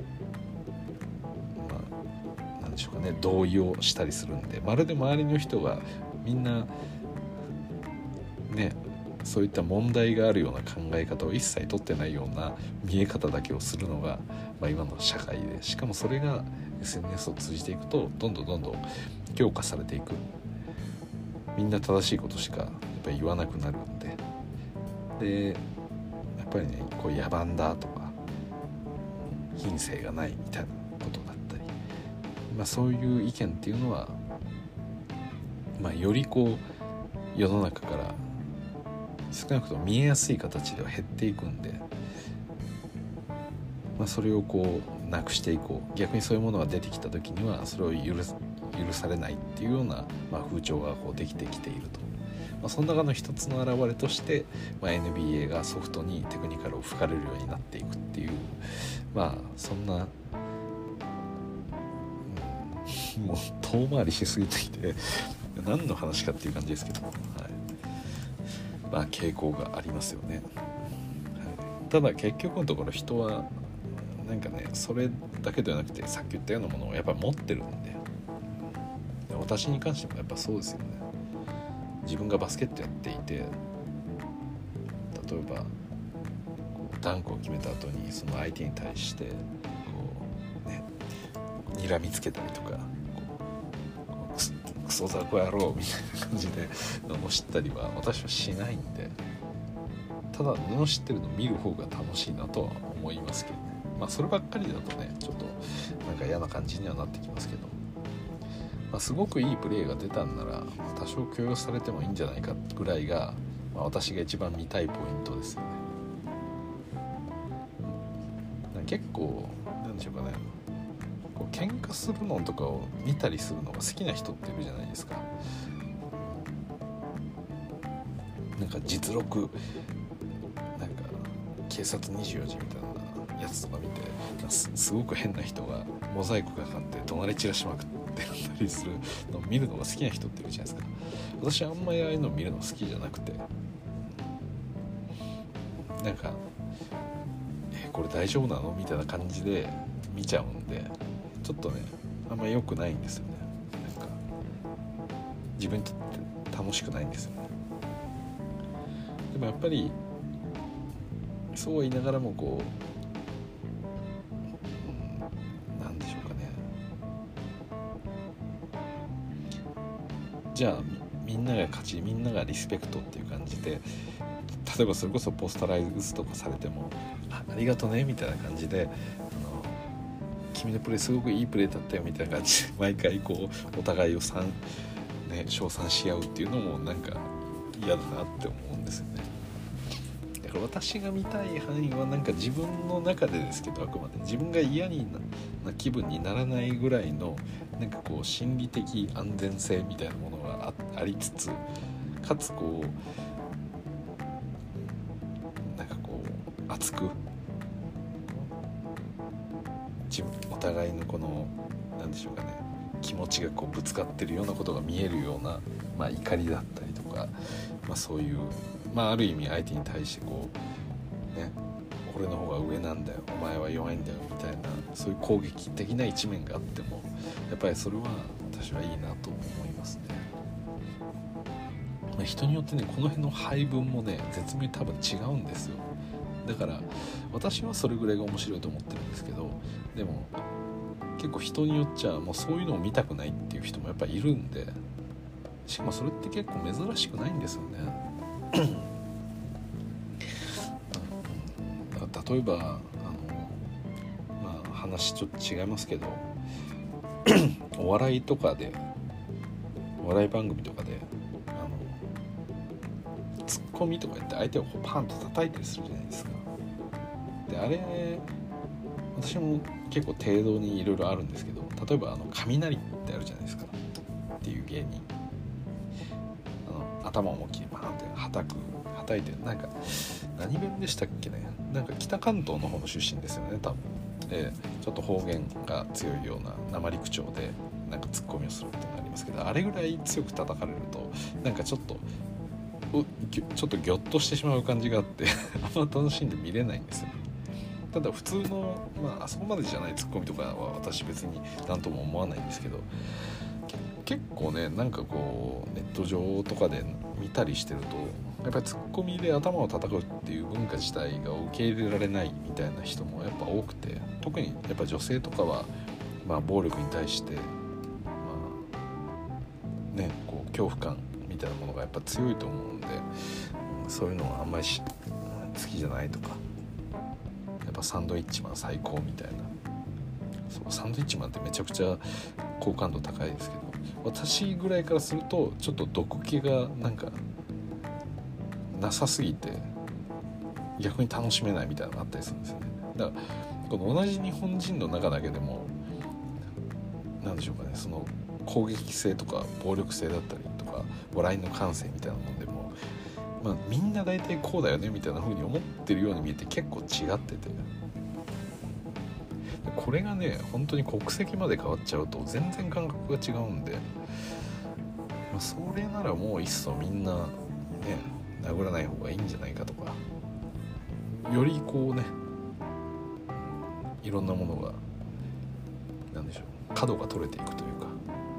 まあなんでしょうかね、同意をしたりするんで、まるで周りの人がみんなねそういった問題があるような考え方を一切取ってないような見え方だけをするのが、まあ、今の社会で、しかもそれが エスエヌエス を通じていくとどんどんどんどん強化されていく。みんな正しいことしかやっぱり言わなくなるんで、でやっぱりねこう野蛮だとか品性がないみたいなことだったり、まあ、そういう意見っていうのは、まあ、よりこう世の中から少なくとも見えやすい形では減っていくんで、まあ、それをこうなくしていこう、逆にそういうものが出てきた時にはそれを許す許されないっていうような、まあ、風潮がこうできてきていると、 まあ、その中の一つの表れとして、まあ、エヌビーエー がソフトにテクニカルを吹かれるようになっていくっていう、まあそんな、うん、もう遠回りしすぎていて何の話かっていう感じですけど、はい、まあ傾向がありますよね、はい、ただ結局のところ人はなんかねそれだけではなくてさっき言ったようなものをやっぱ持ってるんで、私に関してもやっぱそうですよね。自分がバスケットやっていて、例えばこうダンクを決めた後にその相手に対してこうね睨みつけたりとか、こうクソ、クソザコ野郎みたいな感じで罵ったりは私はしないんで、ただ罵ってるのを見る方が楽しいなとは思いますけどね。まあそればっかりだとねちょっとなんか嫌な感じにはなってきますけど、まあ、すごくいいプレーが出たんなら、まあ、多少許容されてもいいんじゃないかぐらいが、まあ、私が一番見たいポイントですよね。結構なんでしょうかね、こう喧嘩するのとかを見たりするのが好きな人っているじゃないですか。なんか実録なんか警察にじゅうよじみたいなやつとか見て す, すごく変な人がモザイクがかかって怒鳴り散らしまくってたりするのを見るのが好きな人っているじゃないですか。私はあんまりああいうのを見るの好きじゃなくて、なんかえこれ大丈夫なのみたいな感じで見ちゃうんで、ちょっとねあんまり良くないんですよね。なんか自分にとって楽しくないんですよね。でもやっぱりそうは言いながらもこう、うん、なんでしょうかね、じゃあみんなが勝ちみんながリスペクトっていう感じで、例えばそれこそポスタライズとかされても あ, ありがとねみたいな感じで、あの君のプレーすごくいいプレーだったよみたいな感じで毎回こうお互いを賛、ね、称賛し合うっていうのもなんか嫌だなって思うんですよね。だから私が見たい範囲はなんか自分の中でですけど、あくまで自分が嫌にな気分にならないぐらいのなんかこう心理的安全性みたいなものが あ, ありつつ、かつこうなんかこう熱く自分お互いのこのなんでしょうかね、気持ちがこうぶつかってるようなことが見えるような、まあ、怒りだったりとか、まあ、そういう、まあ、ある意味相手に対してこうね俺の方が上なんだよお前は弱いんだよみたいな、そういう攻撃的な一面があってもやっぱりそれは私はいいなと思いますね。まあ、人によってねこの辺の配分もね絶妙に多分違うんですよ。だから私はそれぐらいが面白いと思ってるんですけど、でも結構人によっちゃもうそういうのを見たくないっていう人もやっぱりいるんで、しかもそれって結構珍しくないんですよね。例えばあの、まあ、話ちょっと違いますけどお笑いとかでお笑い番組とかであのツッコミとか言って相手をパンと叩いたりするじゃないですか。であれ私も結構程度にいろいろあるんですけど、例えばあの雷ってあるじゃないですかっていう芸人、あの頭を思いっきりパーンってはたくはたいて、なんか何弁でしたっけね、なんか北関東の方の出身ですよね多分。でちょっと方言が強いような訛り口調でなんかツッコミをするっていうのがありますけど、あれぐらい強く叩かれるとなんかちょっとちょっとギョッとしてしまう感じがあってあんま楽しんで見れないんですよ。ただ普通の、まあ、あそこまでじゃないツッコミとかは私別に何とも思わないんですけど、結構ねなんかこうネット上とかで見たりしてるとやっぱりツッコミで頭を叩くっていう文化自体が受け入れられないみたいな人もやっぱ多くて、特にやっぱ女性とかは、まあ、暴力に対して、まあね、こう恐怖感みたいなものがやっぱ強いと思うんで、うん、そういうのはあんまりし好きじゃないとか、やっぱサンドイッチマン最高みたいな、そうサンドイッチマンってめちゃくちゃ好感度高いですけど、私ぐらいからするとちょっと毒気がなんかなさすぎて逆に楽しめないみたいなのがあったりするんですよね。だからこの同じ日本人の中だけでもなんでしょうかね、その攻撃性とか暴力性だったりとか笑いの感性みたいなものでもまあ、みんな大体こうだよねみたいな風に思ってるように見えて結構違ってて、これがね本当に国籍まで変わっちゃうと全然感覚が違うんで、まあ、それならもういっそみんなね殴らない方がいいんじゃないかとか、よりこうねいろんなものがなんでしょう角が取れていくというか、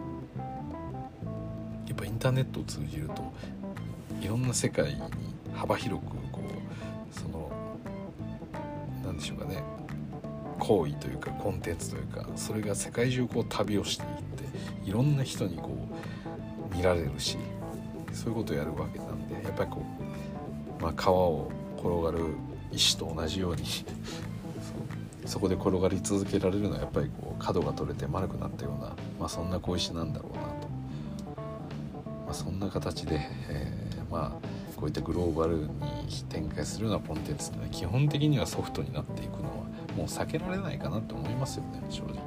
やっぱインターネットを通じるといろんな世界に幅広くこうそのなんでしょうかね行為というかコンテンツというか、それが世界中こう旅をしていっていろんな人にこう見られるし、そういうことをやるわけなんで、やっぱりこう、まあ、川を転がる石と同じようにそ, そこで転がり続けられるのはやっぱりこう角が取れて丸くなったような、まあ、そんな小石なんだろうなと、まあ、そんな形で、えー、まあこういったグローバルに展開するようなコンテンツって、ね、基本的にはソフトになっていくのはもう避けられないかなと思いますよね、正直。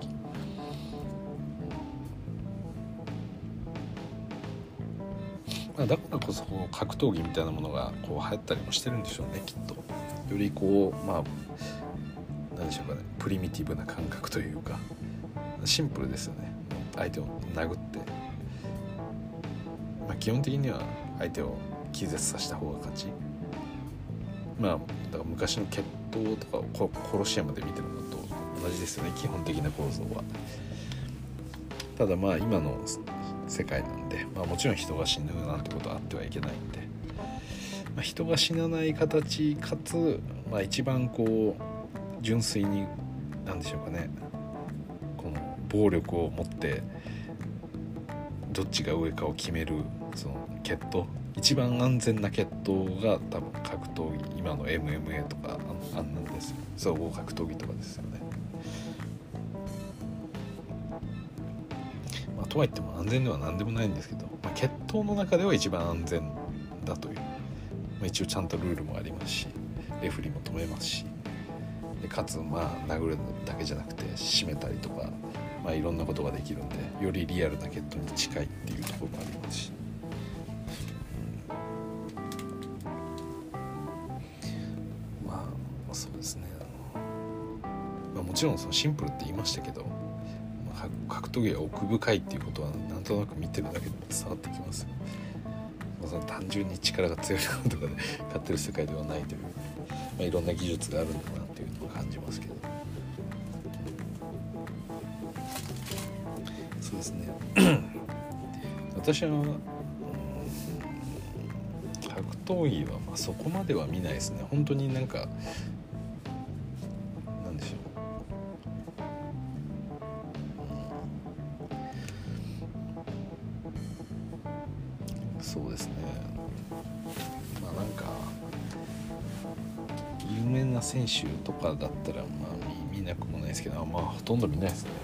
まあ、だからこそ格闘技みたいなものがこう流行ったりもしてるんでしょうね、きっと。よりこうまあ何でしょうかね、プリミティブな感覚というかシンプルですよね。相手を殴って、まあ、基本的には相手を気絶させた方が勝ち。まあだから昔の決闘とかをコロシアムで見てるのと同じですよね、基本的な構造は。ただまあ今の世界なんで、まあ、もちろん人が死ぬなんてことはあってはいけないんで、まあ、人が死なない形かつ、まあ、一番こう純粋に何でしょうかね、この暴力を持ってどっちが上かを決めるその決闘、一番安全な決闘が多分格闘技、今の エムエムエー とかあんなんですよ、総合格闘技とかですよね。まあ、とはいっても安全では何でもないんですけど、まあ、決闘の中では一番安全だという、まあ、一応ちゃんとルールもありますし、レフェリーも止めますし、でかつまあ殴るだけじゃなくて締めたりとか、まあ、いろんなことができるんでよりリアルな決闘に近いっていうところもありますし、まあそうですね、まあ、もちろんそのシンプルって言いましたけど、まあ、格闘技が奥深いっていうことはなんとなく見てるだけでも伝わってきますよ。まあ、その単純に力が強いのとかで勝ってる世界ではないという、まあ、いろんな技術があるんだなっていうのを感じますけど、そうですね私は、うん、格闘技はまあそこまでは見ないですね。本当になんかなんでしょう、うん、そうですね、まあなんか有名な選手とかだったらまあ 見, 見なくもないですけど、まあほとんど見ないですね。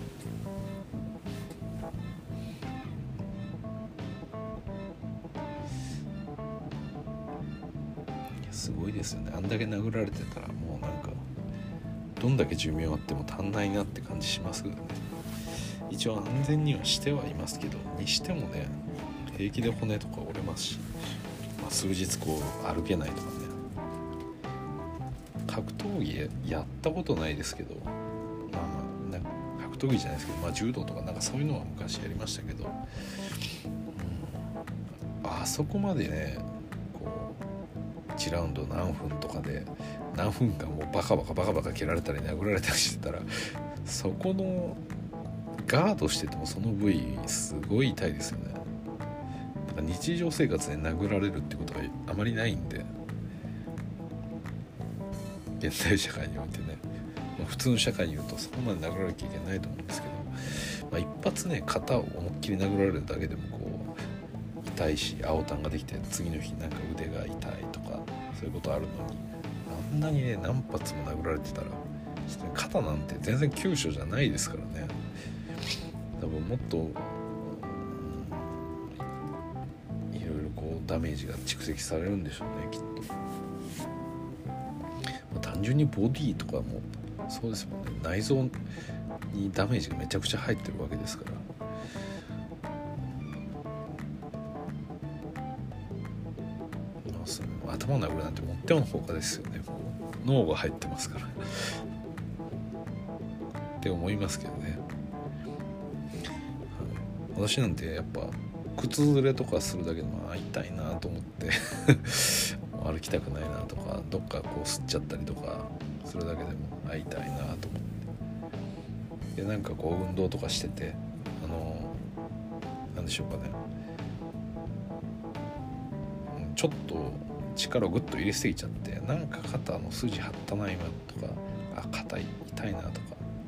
すごいですよね、あんだけ殴られてたらもうなんかどんだけ寿命あっても足んないなって感じしますけどね。一応安全にはしてはいますけど、にしてもね平気で骨とか折れますし、まあ、数日こう歩けないとかね。格闘技やったことないですけど、まあまあなんか格闘技じゃないですけど、まあ、柔道とかなんかそういうのは昔やりましたけど、うん、あそこまでねこういちラウンド何分とかで何分間もうバカバカバカバカ蹴られたり殴られたりしてたら、そこのガードしててもその部位すごい痛いですよね。だから日常生活で殴られるってことがあまりないんで、現代社会においてね、まあ、普通の社会に言うとそこまで殴られなきゃいけないと思うんですけど、まあ、一発ね肩を思いっきり殴られるだけでもこう痛いし青タンができて次の日なんか腕が痛いとかそういうことあるのに、あんなにね何発も殴られてたら肩なんて全然急所じゃないですからね。多分もっと、うん、いろいろこうダメージが蓄積されるんでしょうね、きっと。まあ、単純にボディとかもそうですもんね、内臓にダメージがめちゃくちゃ入ってるわけですから、まあ、 頭を殴るなんてもってのほかですよね。こう脳が入ってますからって思いますけどね。私なんてやっぱ靴ずれとかするだけでも痛いなと思って歩きたくないなとか、どっかこう吸っちゃったりとかするだけでも痛いなと思って、でなんかこう運動とかしてて、あのなんでしょうかね、ちょっと力をグッと入れすぎちゃって、なんか肩の筋張ったな今とか、あ肩痛いなとか、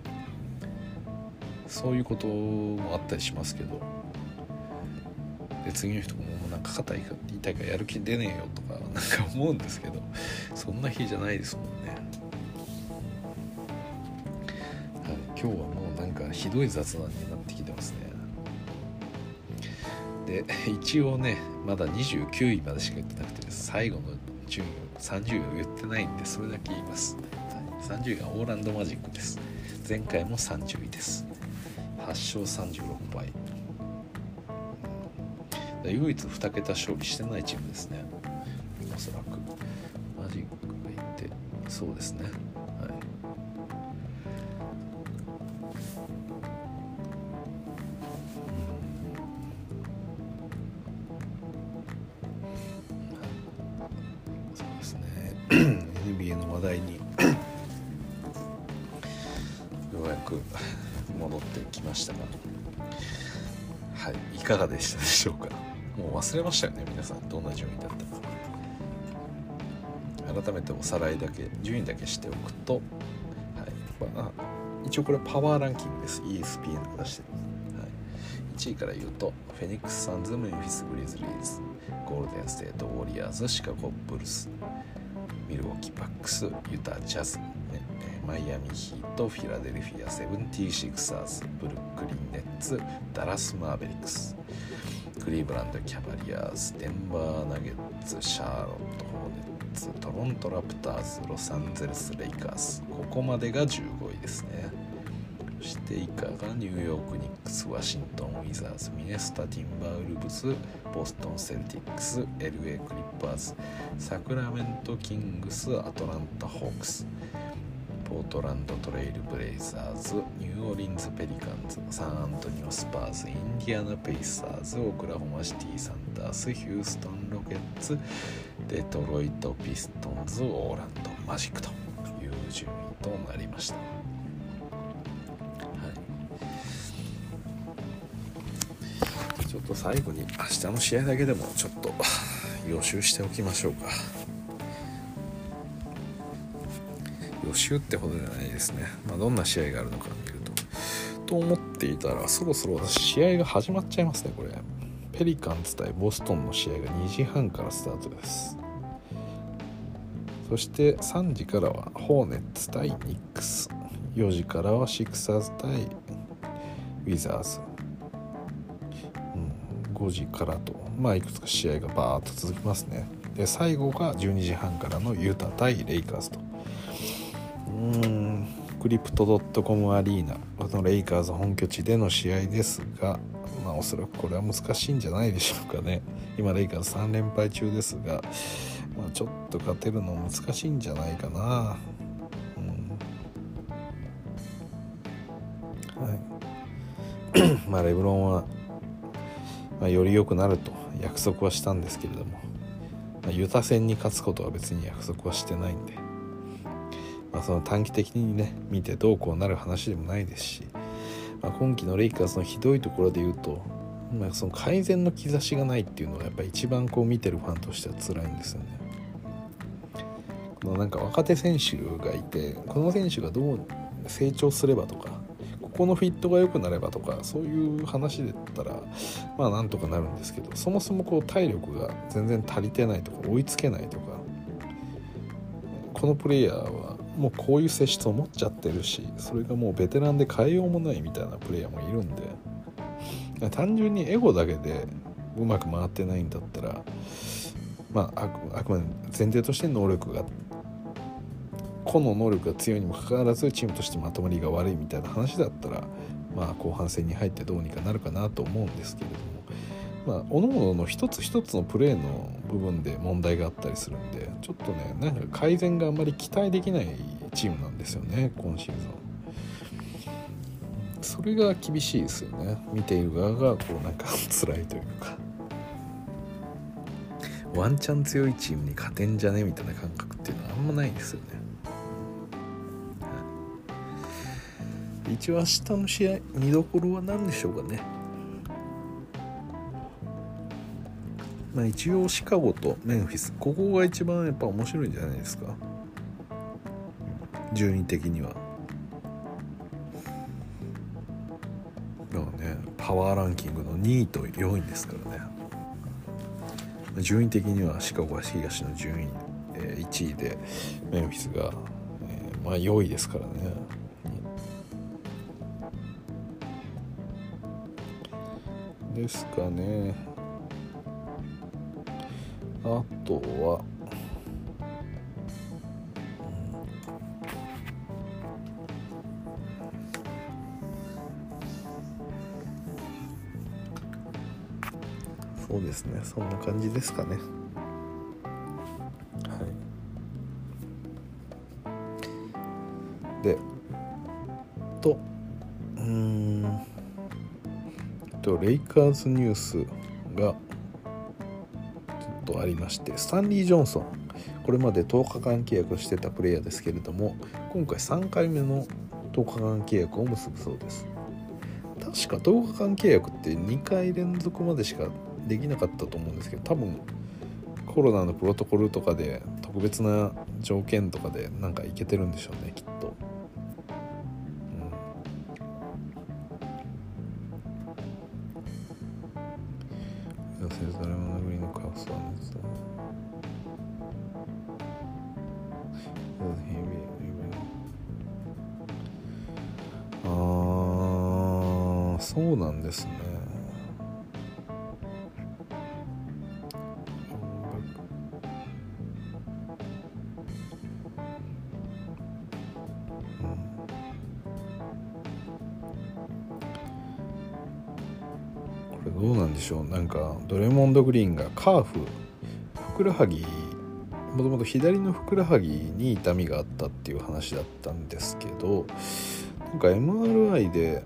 そういうこともあったりしますけど、で次の人ももうなんか肩痛いからやる気出ねえよとかなんか思うんですけど、そんな日じゃないですもんね。はい、今日はもうなんかひどい雑談になってきてますね。で一応ねまだにじゅうきゅういまでしか言ってなくて、最後の順位をさんじゅういを言ってないんで、それだけ言います。はい、さんじゅういがオーランドマジックです。前回もさんじゅういです。はっしょうさんじゅうろくばい、唯一にけた勝利してないチームですね、おそらく。マジックがいて、そうですね、はい、そうですねエヌビーエー の話題にようやく戻ってきましたが、はい、いかがでしたでしょうか。もう忘れましたよね、皆さんどんな順位だったか。改めておさらいだけ、順位だけしておくと、はい、まあ、一応これパワーランキングです。 イーエスピーエヌ が出してる、はい、いちいから言うと、フェニックス・サンズ、メンフィス・グリズリーズ、ゴールデン・ステート・ウォリアーズ、シカゴ・ブルス、ミルウォーキー・バックス、ユタ・ジャズ、ね、マイアミ・ヒート、フィラデルフィア・セブンティシクサーズ、ブルックリン・ネッツ、ダラス・マーベリックス、クリーブランド・キャバリアーズ、デンバー・ナゲッツ、シャーロット・ホーネッツ、トロント・ラプターズ、ロサンゼルス・レイカーズ、ここまでがじゅうごいですね。そして以下がニューヨーク・ニックス、ワシントン・ウィザーズ、ミネソタ・ティンバー・ウルブス、ボストン・セルティックス、 エルエー クリッパーズ、サクラメント・キングス、アトランタ・ホークス、ポートランド・トレイルブレイザーズ、ニューオーリンズ・ペリカンズ、サンアントニオ・スパーズ、インディアナ・ペイサーズ、オクラホマシティ・サンダース、ヒューストン・ロケッツ、デトロイト・ピストンズ、オーランド・マジックという順位となりました。はい、ちょっと最後に明日の試合だけでもちょっと予習しておきましょうか。予習ってほどじゃないですね。まあ、どんな試合があるのか見るとと思っていたら、そろそろ試合が始まっちゃいますね。これペリカンズ対ボストンの試合がにじはんからスタートです。そしてさんじからはホーネッツ対ニックス、よじからはシクサーズ対ウィザーズ、うん、ごじからと、まあいくつか試合がバーッと続きますね。で最後がじゅうにじはんからのユタ対レイカーズと、うーんクリプト .com アリーナ、このレイカーズ本拠地での試合ですが、まあおそらくこれは難しいんじゃないでしょうかね。今レイカーズさんれんぱい中ですが、まあ、ちょっと勝てるの難しいんじゃないかな。うん、はいまあレブロンは、まあ、より良くなると約束はしたんですけれども、まあ、ユタ戦に勝つことは別に約束はしてないんで、まあ、その短期的にね見てどうこうなる話でもないですし、まあ、今季のレイカーズのひどいところで言うと、まあ、その改善の兆しがないっていうのがやっぱり一番こう見てるファンとしては辛いんですよね。このなんか若手選手がいて、この選手がどう成長すればとか、ここのフィットが良くなればとか、そういう話だったらまあなんとかなるんですけど、そもそもこう体力が全然足りてないとか追いつけないとか、このプレイヤーはもうこういう性質を持っちゃってるし、それがもうベテランで変えようもないみたいなプレイヤーもいるんで、単純にエゴだけでうまく回ってないんだったら、まあ、あく、あくまで前提として能力が個の能力が強いにもかかわらずチームとしてまとまりが悪いみたいな話だったら、まあ後半戦に入ってどうにかなるかなと思うんですけれども、 まあ各々の一つ一つのプレーの部分で問題があったりするんで、ちょっとねなんか改善があんまり期待できないチームなんですよね今シーズン。それが厳しいですよね。見ている側がこうなんか辛いというか、ワンチャン強いチームに勝てんじゃねみたいな感覚っていうのはあんまないですよね。一応明日の試合見どころは何でしょうかね。まあ一応シカゴとメンフィス、ここが一番やっぱ面白いんじゃないですか、順位的には。だからねパワーランキングのにいとよんいですからね。順位的にはシカゴは東の順位、えー、いちいでメンフィスが、えー、まあよんいですからね。ですかね。あとは、うん、そうですね、そんな感じですかね。はい。で、と、うーんとレイカーズニュースがちょっとありまして、スタンリー・ジョンソン、これまでとおかかん契約してたプレイヤーですけれども、今回さんかいめのとおかかん契約を結ぶそうです。確かとおかかん契約ってにかい連続までしかできなかったと思うんですけど、多分コロナのプロトコルとかで特別な条件とかでなんかいけてるんでしょうね、きっと。誰も殴りのカースはあー、そうなんですね。どうなんでしょう。なんかドレモンド・グリーンがカーフ、ふくらはぎ、もともと左のふくらはぎに痛みがあったっていう話だったんですけど、なんか エムアールアイ で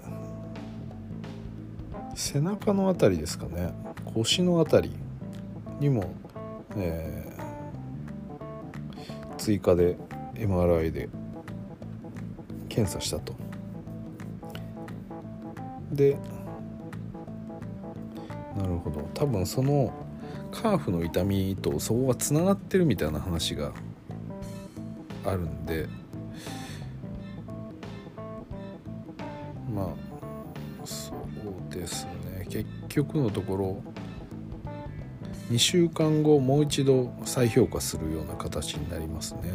背中のあたりですかね、腰のあたりにも、えー、追加で エムアールアイ で検査したと。でなるほど、多分そのカーフの痛みとそこがつながってるみたいな話があるんで、まあそうですね、結局のところにしゅうかんごもう一度再評価するような形になりますね。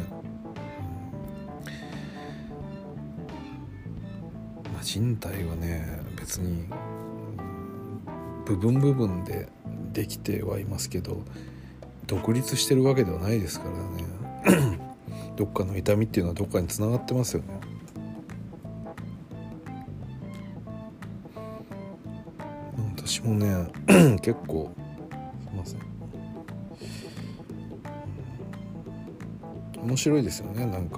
うん、まあ、人体はね別に部分部分でできてはいますけど、独立してるわけではないですからねどっかの痛みっていうのはどっかにつながってますよね。私もね結構すいません、面白いですよね。なんか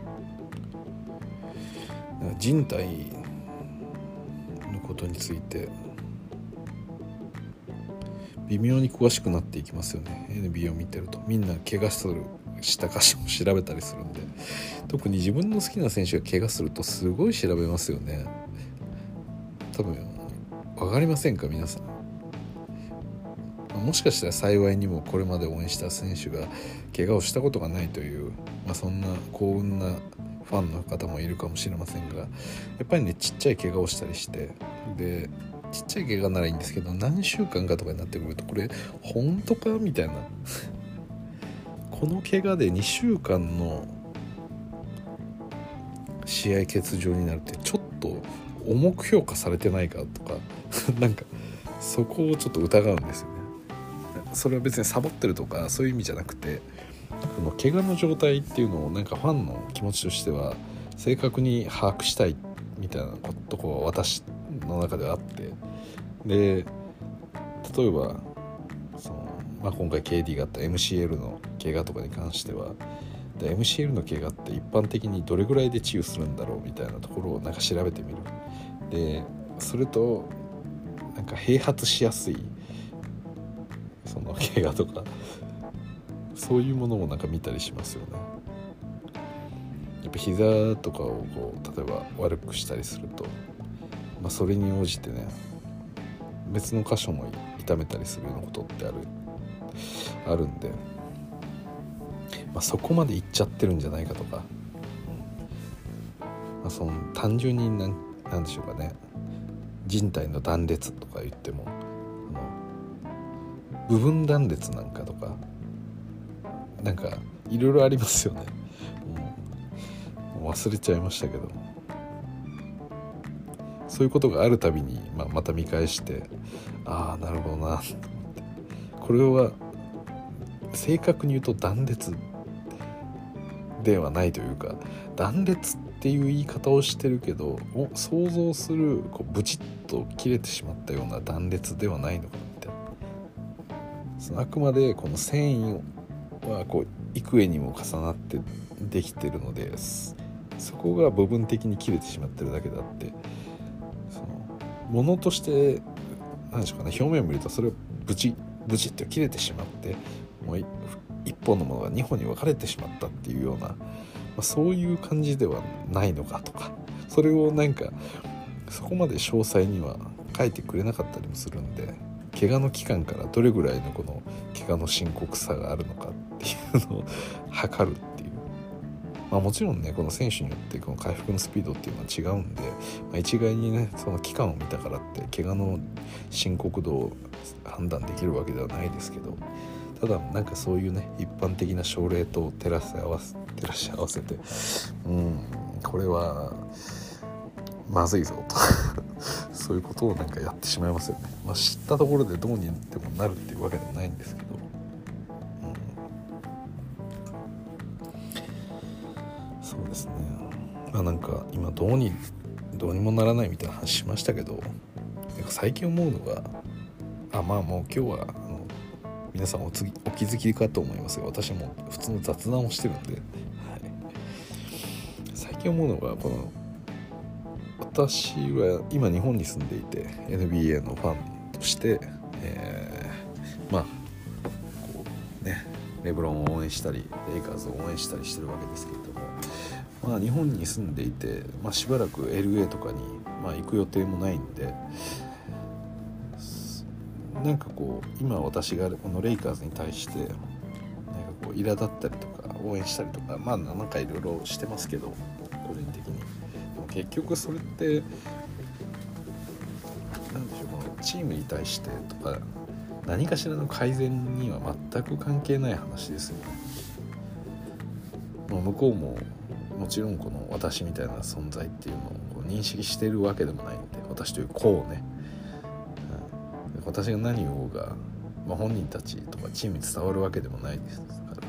人体のことについて微妙に詳しくなっていきますよね。 エヌビー を見てるとみんな怪我するしたかしも調べたりするんで、特に自分の好きな選手が怪我するとすごい調べますよね。多分分かりませんか皆さん。もしかしたら幸いにもこれまで応援した選手が怪我をしたことがないという、まあ、そんな幸運なファンの方もいるかもしれませんが、やっぱりねちっちゃい怪我をしたりして、でちっちゃい怪我ならいいんですけど、何週間かとかになってくるとこれ本当かみたいなこの怪我でにしゅうかんの試合欠場になるってちょっと重く評価されてないかとかなんかそこをちょっと疑うんですよね。それは別にサボってるとかそういう意味じゃなくて、この怪我の状態っていうのをなんかファンの気持ちとしては正確に把握したいみたいなところは私の中ではあって、で例えばその、まあ、今回 ケーディー があった エムシーエル の怪我とかに関してはで エムシーエル の怪我って一般的にどれぐらいで治癒するんだろうみたいなところをなんか調べてみる。でそれとなんか併発しやすいその怪我とかそういうものもなんか見たりしますよね。やっぱ膝とかをこう例えば悪くしたりすると、まあ、それに応じてね別の箇所も痛めたりするようなことってあるあるんで、まあ、そこまでいっちゃってるんじゃないかとか、まあ、その単純になんなんでしょうかね、人体の断裂とか言ってもあの部分断裂なんかとかなんかいろいろありますよね。もう忘れちゃいましたけど、そういうことがあるたびに、まあ、また見返してああなるほどなと思って、これは正確に言うと断裂ではないというか、断裂っていう言い方をしてるけど想像するこうブチッと切れてしまったような断裂ではないのかみたいな、そのあくまでこの繊維はこう幾重にも重なってできてるので、そこが部分的に切れてしまってるだけであって、そのものとして何でしょうかね、表面を見るとそれをブチブチッと切れてしまってもう一本のものが二本に分かれてしまったっていうような、まあ、そういう感じではないのかとか、それをなんかそこまで詳細には書いてくれなかったりもするんで、怪我の期間からどれぐらいのこの怪我の深刻さがあるのかっていうのを測るっていう、まあ、もちろんねこの選手によってこの回復のスピードっていうのは違うんで、まあ、一概にねその期間を見たからって怪我の深刻度を判断できるわけではないですけど、ただなんかそういうね一般的な症例と照らし合わせ照らし合わせてうんこれはまずいぞとそういうことをなんかやってしまいますよね。まあ、知ったところでどうにでもなるっていうわけでもないんですけど、うん、そうですね。まあなんか今どうにどうにもならないみたいな話しましたけど、なんか最近思うのがあまあもう今日はあの皆さん お, つお気づきかと思いますが、私も普通の雑談をしてるんで、はい、最近思うのがこの私は今日本に住んでいて エヌビーエー のファンとして、えー、まあこうねレブロンを応援したりレイカーズを応援したりしてるわけですけれども、まあ日本に住んでいて、まあ、しばらく エルエー とかに、まあ、行く予定もないんで、なんかこう今私がこのレイカーズに対してなんかこう苛立ったりとか応援したりとか、まあなんかいろいろしてますけど個人的に。結局それって何でしょう、このチームに対してとか何かしらの改善には全く関係ない話ですよね。もう向こうももちろんこの私みたいな存在っていうのをこう認識しているわけでもないんで、私という子をね、うん、私が何を言おうが、まあ、本人たちとかチームに伝わるわけでもないですから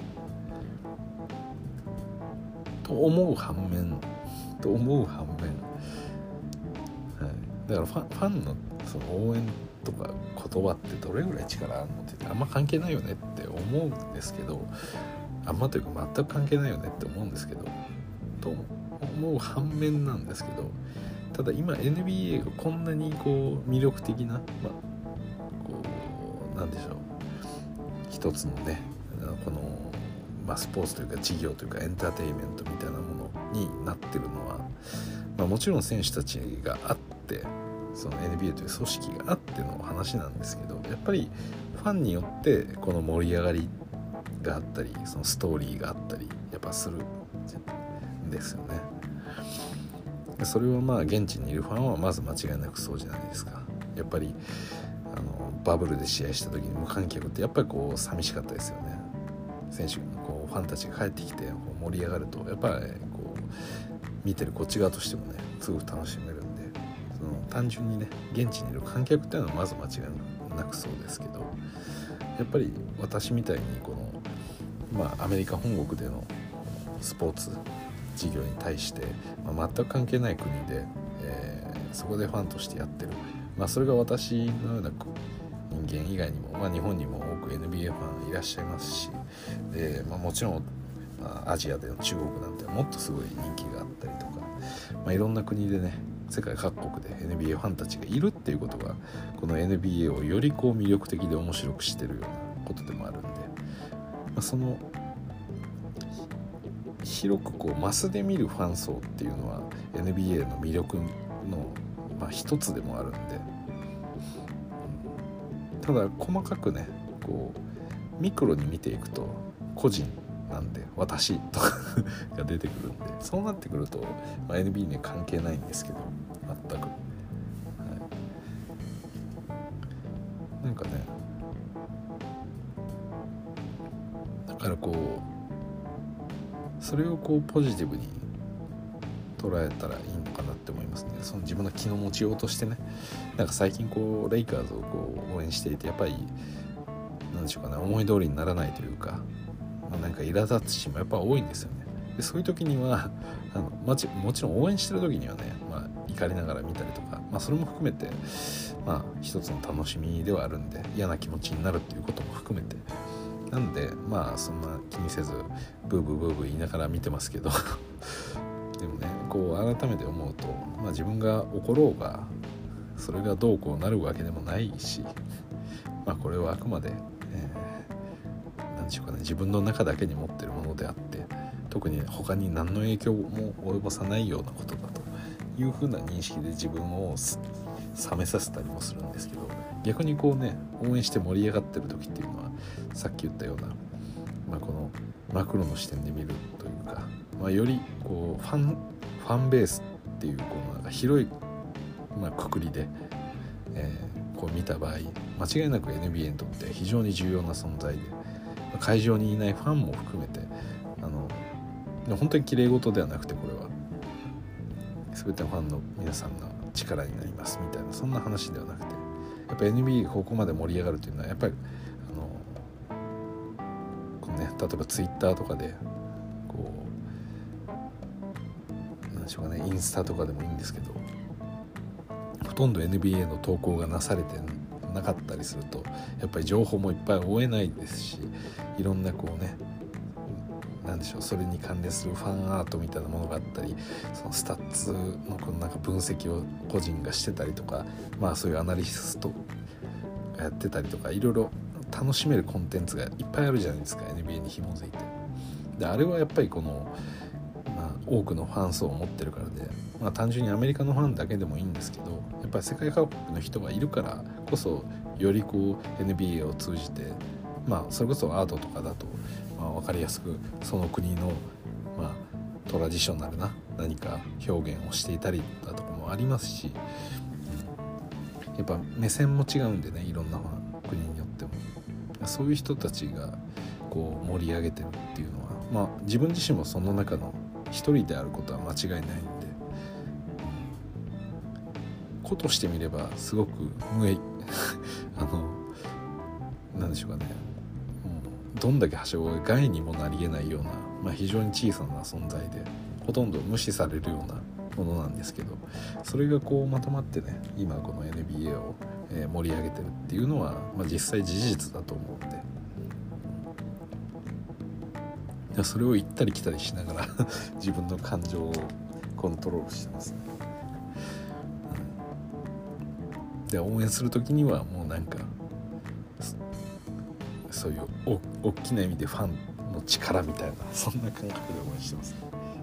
と思う反面と思う反面、はい、だからファン、ファンのその応援とか言葉ってどれぐらい力あるのってあんま関係ないよねって思うんですけど、あんまというか全く関係ないよねって思うんですけどと思う反面なんですけど、ただ今 エヌビーエー がこんなにこう魅力的な、まあ、こうなんでしょう一つのねこの、まあ、スポーツというか事業というかエンターテインメントみたいなものになってるのは、まあ、もちろん選手たちがあってその エヌビーエー という組織があっての話なんですけど、やっぱりファンによってこの盛り上がりがあったりそのストーリーがあったりやっぱするんですよね。それはまあ現地にいるファンはまず間違いなくそうじゃないですか。やっぱりあのバブルで試合した時に無観客ってやっぱりこう寂しかったですよね。選手のこうファンたちが帰ってきてこう盛り上がるとやっぱりこう見てるこっち側としてもねすごく楽しめるんで、その単純にね現地にいる観客っていうのはまず間違いなくそうですけど、やっぱり私みたいにこの、まあ、アメリカ本国でのスポーツ事業に対して、まあ、全く関係ない国で、えー、そこでファンとしてやってる、まあ、それが私のような人間以外にも、まあ、日本にも多く エヌビーエー ファンいらっしゃいますし、で、まあ、もちろん、まあ、アジアでの中国なんてもっとすごい人気があったりとか、まあ、いろんな国でね世界各国で エヌビーエー ファンたちがいるっていうことがこの エヌビーエー をよりこう魅力的で面白くしてるようなことでもあるんで、まあ、その広くこうマスで見るファン層っていうのは エヌビーエー の魅力の、まあ、一つでもあるんで、ただ細かくねこうミクロに見ていくと個人なんで私とかが出てくるんで、そうなってくると、まあ、エヌビーエー には関係ないんですけど全く、はい、なんかねだからこうそれをこうポジティブに捉えたらいいのかなって思いますね。その自分の気の持ちようとしてね、なんか最近こうレイカーズをこう応援していてやっぱりなんでしょうかね、思い通りにならないというか、まあ、なんか苛立つシーンもやっぱ多いんですよね。でそういう時にはあのもちもちろん応援してる時にはね、まあ、怒りながら見たりとか、まあ、それも含めて、まあ、一つの楽しみではあるんで嫌な気持ちになるっていうことも含めてなんでまあそんな気にせずブーブーブーブー言いながら見てますけどでもねこう改めて思うと、まあ、自分が怒ろうがそれがどうこうなるわけでもないし、まあこれはあくまで、えー、なんでしょうかね、自分の中だけに持ってるものであって特に他に何の影響も及ぼさないようなことだというふうな認識で自分を冷めさせたりもするんですけど、逆にこうね応援して盛り上がってる時っていうのはさっき言ったような、まあ、このマクロの視点で見るというか、まあ、よりこうファン、ファンベースっていうこのなんか広い、まあ、くくりで、えー、こう見た場合間違いなく エヌビーエー にとって非常に重要な存在で、会場にいないファンも含めてあの本当に綺麗事ではなくてこれは全てのファンの皆さんが力になりますみたいなそんな話ではなくて、やっぱ エヌビーエー がここまで盛り上がるというのはやっぱりあのこのね例えばツイッターとかでこうなんでしょうかねインスタとかでもいいんですけどほとんど エヌビーエー の投稿がなされてなかったりするとやっぱり情報もいっぱい追えないですし、いろんなこうねなんでしょうそれに関連するファンアートみたいなものがあったり、そのスタッツのこのなんか分析を個人がしてたりとか、まあそういうアナリストがやってたりとかいろいろ楽しめるコンテンツがいっぱいあるじゃないですか エヌビーエー に紐づいて。であれはやっぱりこの、まあ、多くのファン層を持ってるからで、まあ、単純にアメリカのファンだけでもいいんですけどやっぱり世界各国の人がいるからこそよりこう エヌビーエー を通じて、まあそれこそアートとかだとまあ、分かりやすくその国の、まあ、トラディショナルな何か表現をしていたりだとかもありますし、うん、やっぱ目線も違うんでねいろんな国によってもそういう人たちがこう盛り上げてるっていうのは、まあ、自分自身もその中の一人であることは間違いないんで、うん、子としてみればすごく無益あのなんでしょうかねどんだけはしょが害にもなり得ないような、まあ、非常に小さな存在でほとんど無視されるようなものなんですけど、それがこうまとまってね今この エヌビーエー を、えー、盛り上げてるっていうのは、まあ、実際事実だと思うんで、うん、それを行ったり来たりしながら自分の感情をコントロールしてますね、うん、で応援する時にはもうなんかそういうお大きな意味でファンの力みたいなそんな感覚で応援してます、ね、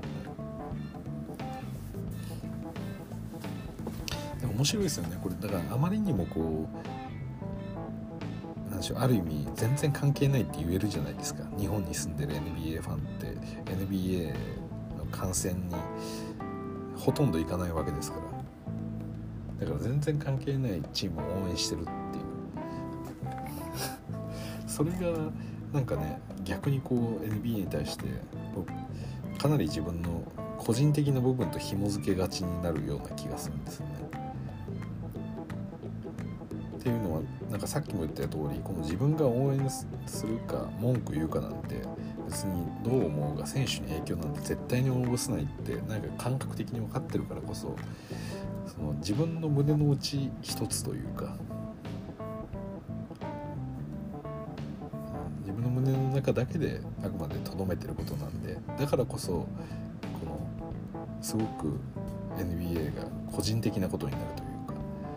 で面白いですよねこれだからあまりにもこうなんでしょうある意味全然関係ないって言えるじゃないですか。日本に住んでる エヌビーエー ファンって エヌビーエー の観戦にほとんど行かないわけですからだから全然関係ないチームを応援してるっていうそれがなんかね逆にこう エヌビーエー に対してかなり自分の個人的な部分と紐付けがちになるような気がするんですよね。っていうのはなんかさっきも言った通りこの自分が応援するか文句言うかなんて別にどう思うが選手に影響なんて絶対に及ぼせないってなんか感覚的に分かってるからこそ、その自分の胸の内一つというか中だけであくまでとどめてることなんで、だからこそこのすごく エヌビーエー が個人的なことになるというか、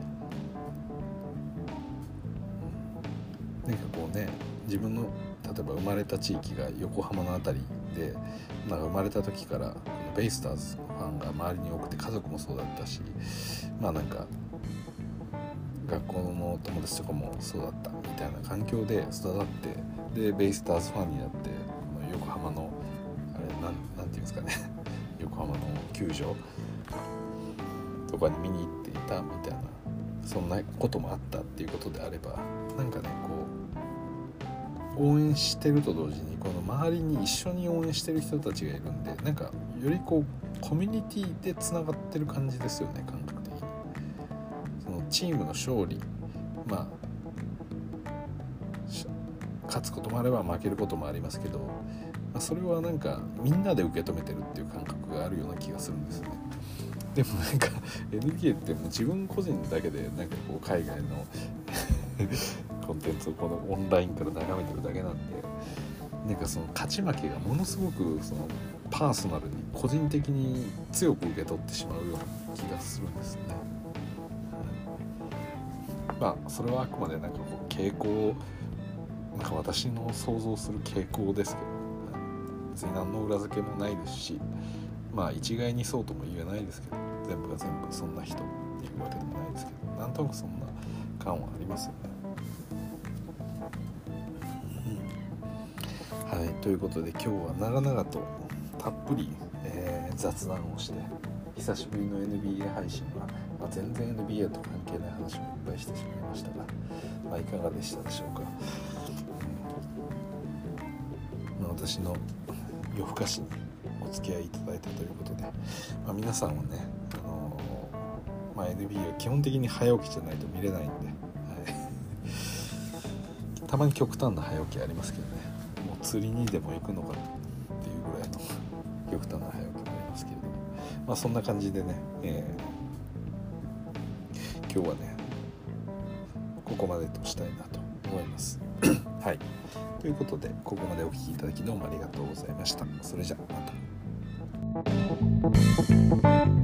うん、なんかこうね、自分の例えば生まれた地域が横浜のあたりで、なんか生まれた時からベイスターズのファンが周りに多くて、家族もそうだったし、まあなんか学校の友達とかもそうだったみたいな環境で育って、でベイスターズファンになって、この横浜のあれ なん, なんていうんですかね横浜の球場とかに見に行っていたみたいな、そんなこともあったっていうことであれば、なんかねこう応援してると同時にこの周りに一緒に応援してる人たちがいるんで、なんかよりこうコミュニティでつながってる感じですよね、感覚的に。そのチームの勝利、まあ勝つこともあれば負けることもありますけど、まあ、それはなんかみんなで受け止めてるっていう感覚があるような気がするんですね。でもなんか エヌビーエー ってもう自分個人だけでなんかこう海外のコンテンツをこのオンラインから眺めてるだけなんで、なんかその勝ち負けがものすごくそのパーソナルに個人的に強く受け取ってしまうような気がするんですね。まあそれはあくまでなんかこう傾向、なんか私の想像する傾向ですけど、別に何の裏付けもないですし、まあ一概にそうとも言えないですけど、全部が全部そんな人っていうわけでもないですけど、なんとなくそんな感はありますよね。うん、はい、ということで今日は長々とたっぷり、えー、雑談をして、久しぶりの エヌビーエー 配信は、まあ、全然 エヌビーエー と関係ない話をいっぱいしてしまいましたが、まあ、いかがでしたでしょうか。まあ、私の夜更かしにお付き合いいただいたということで、まあ、皆さんはね、あのーまあ、エヌビーエー は基本的に早起きじゃないと見れないんで、はい、たまに極端な早起きありますけどね、もう釣りにでも行くのかっていうぐらいの極端な早起きもありますけれども、まあ、そんな感じでね、えー、今日はねここまでとしたいなと思いますはい、ということでここまでお聞きいただきどうもありがとうございました。それじゃまた。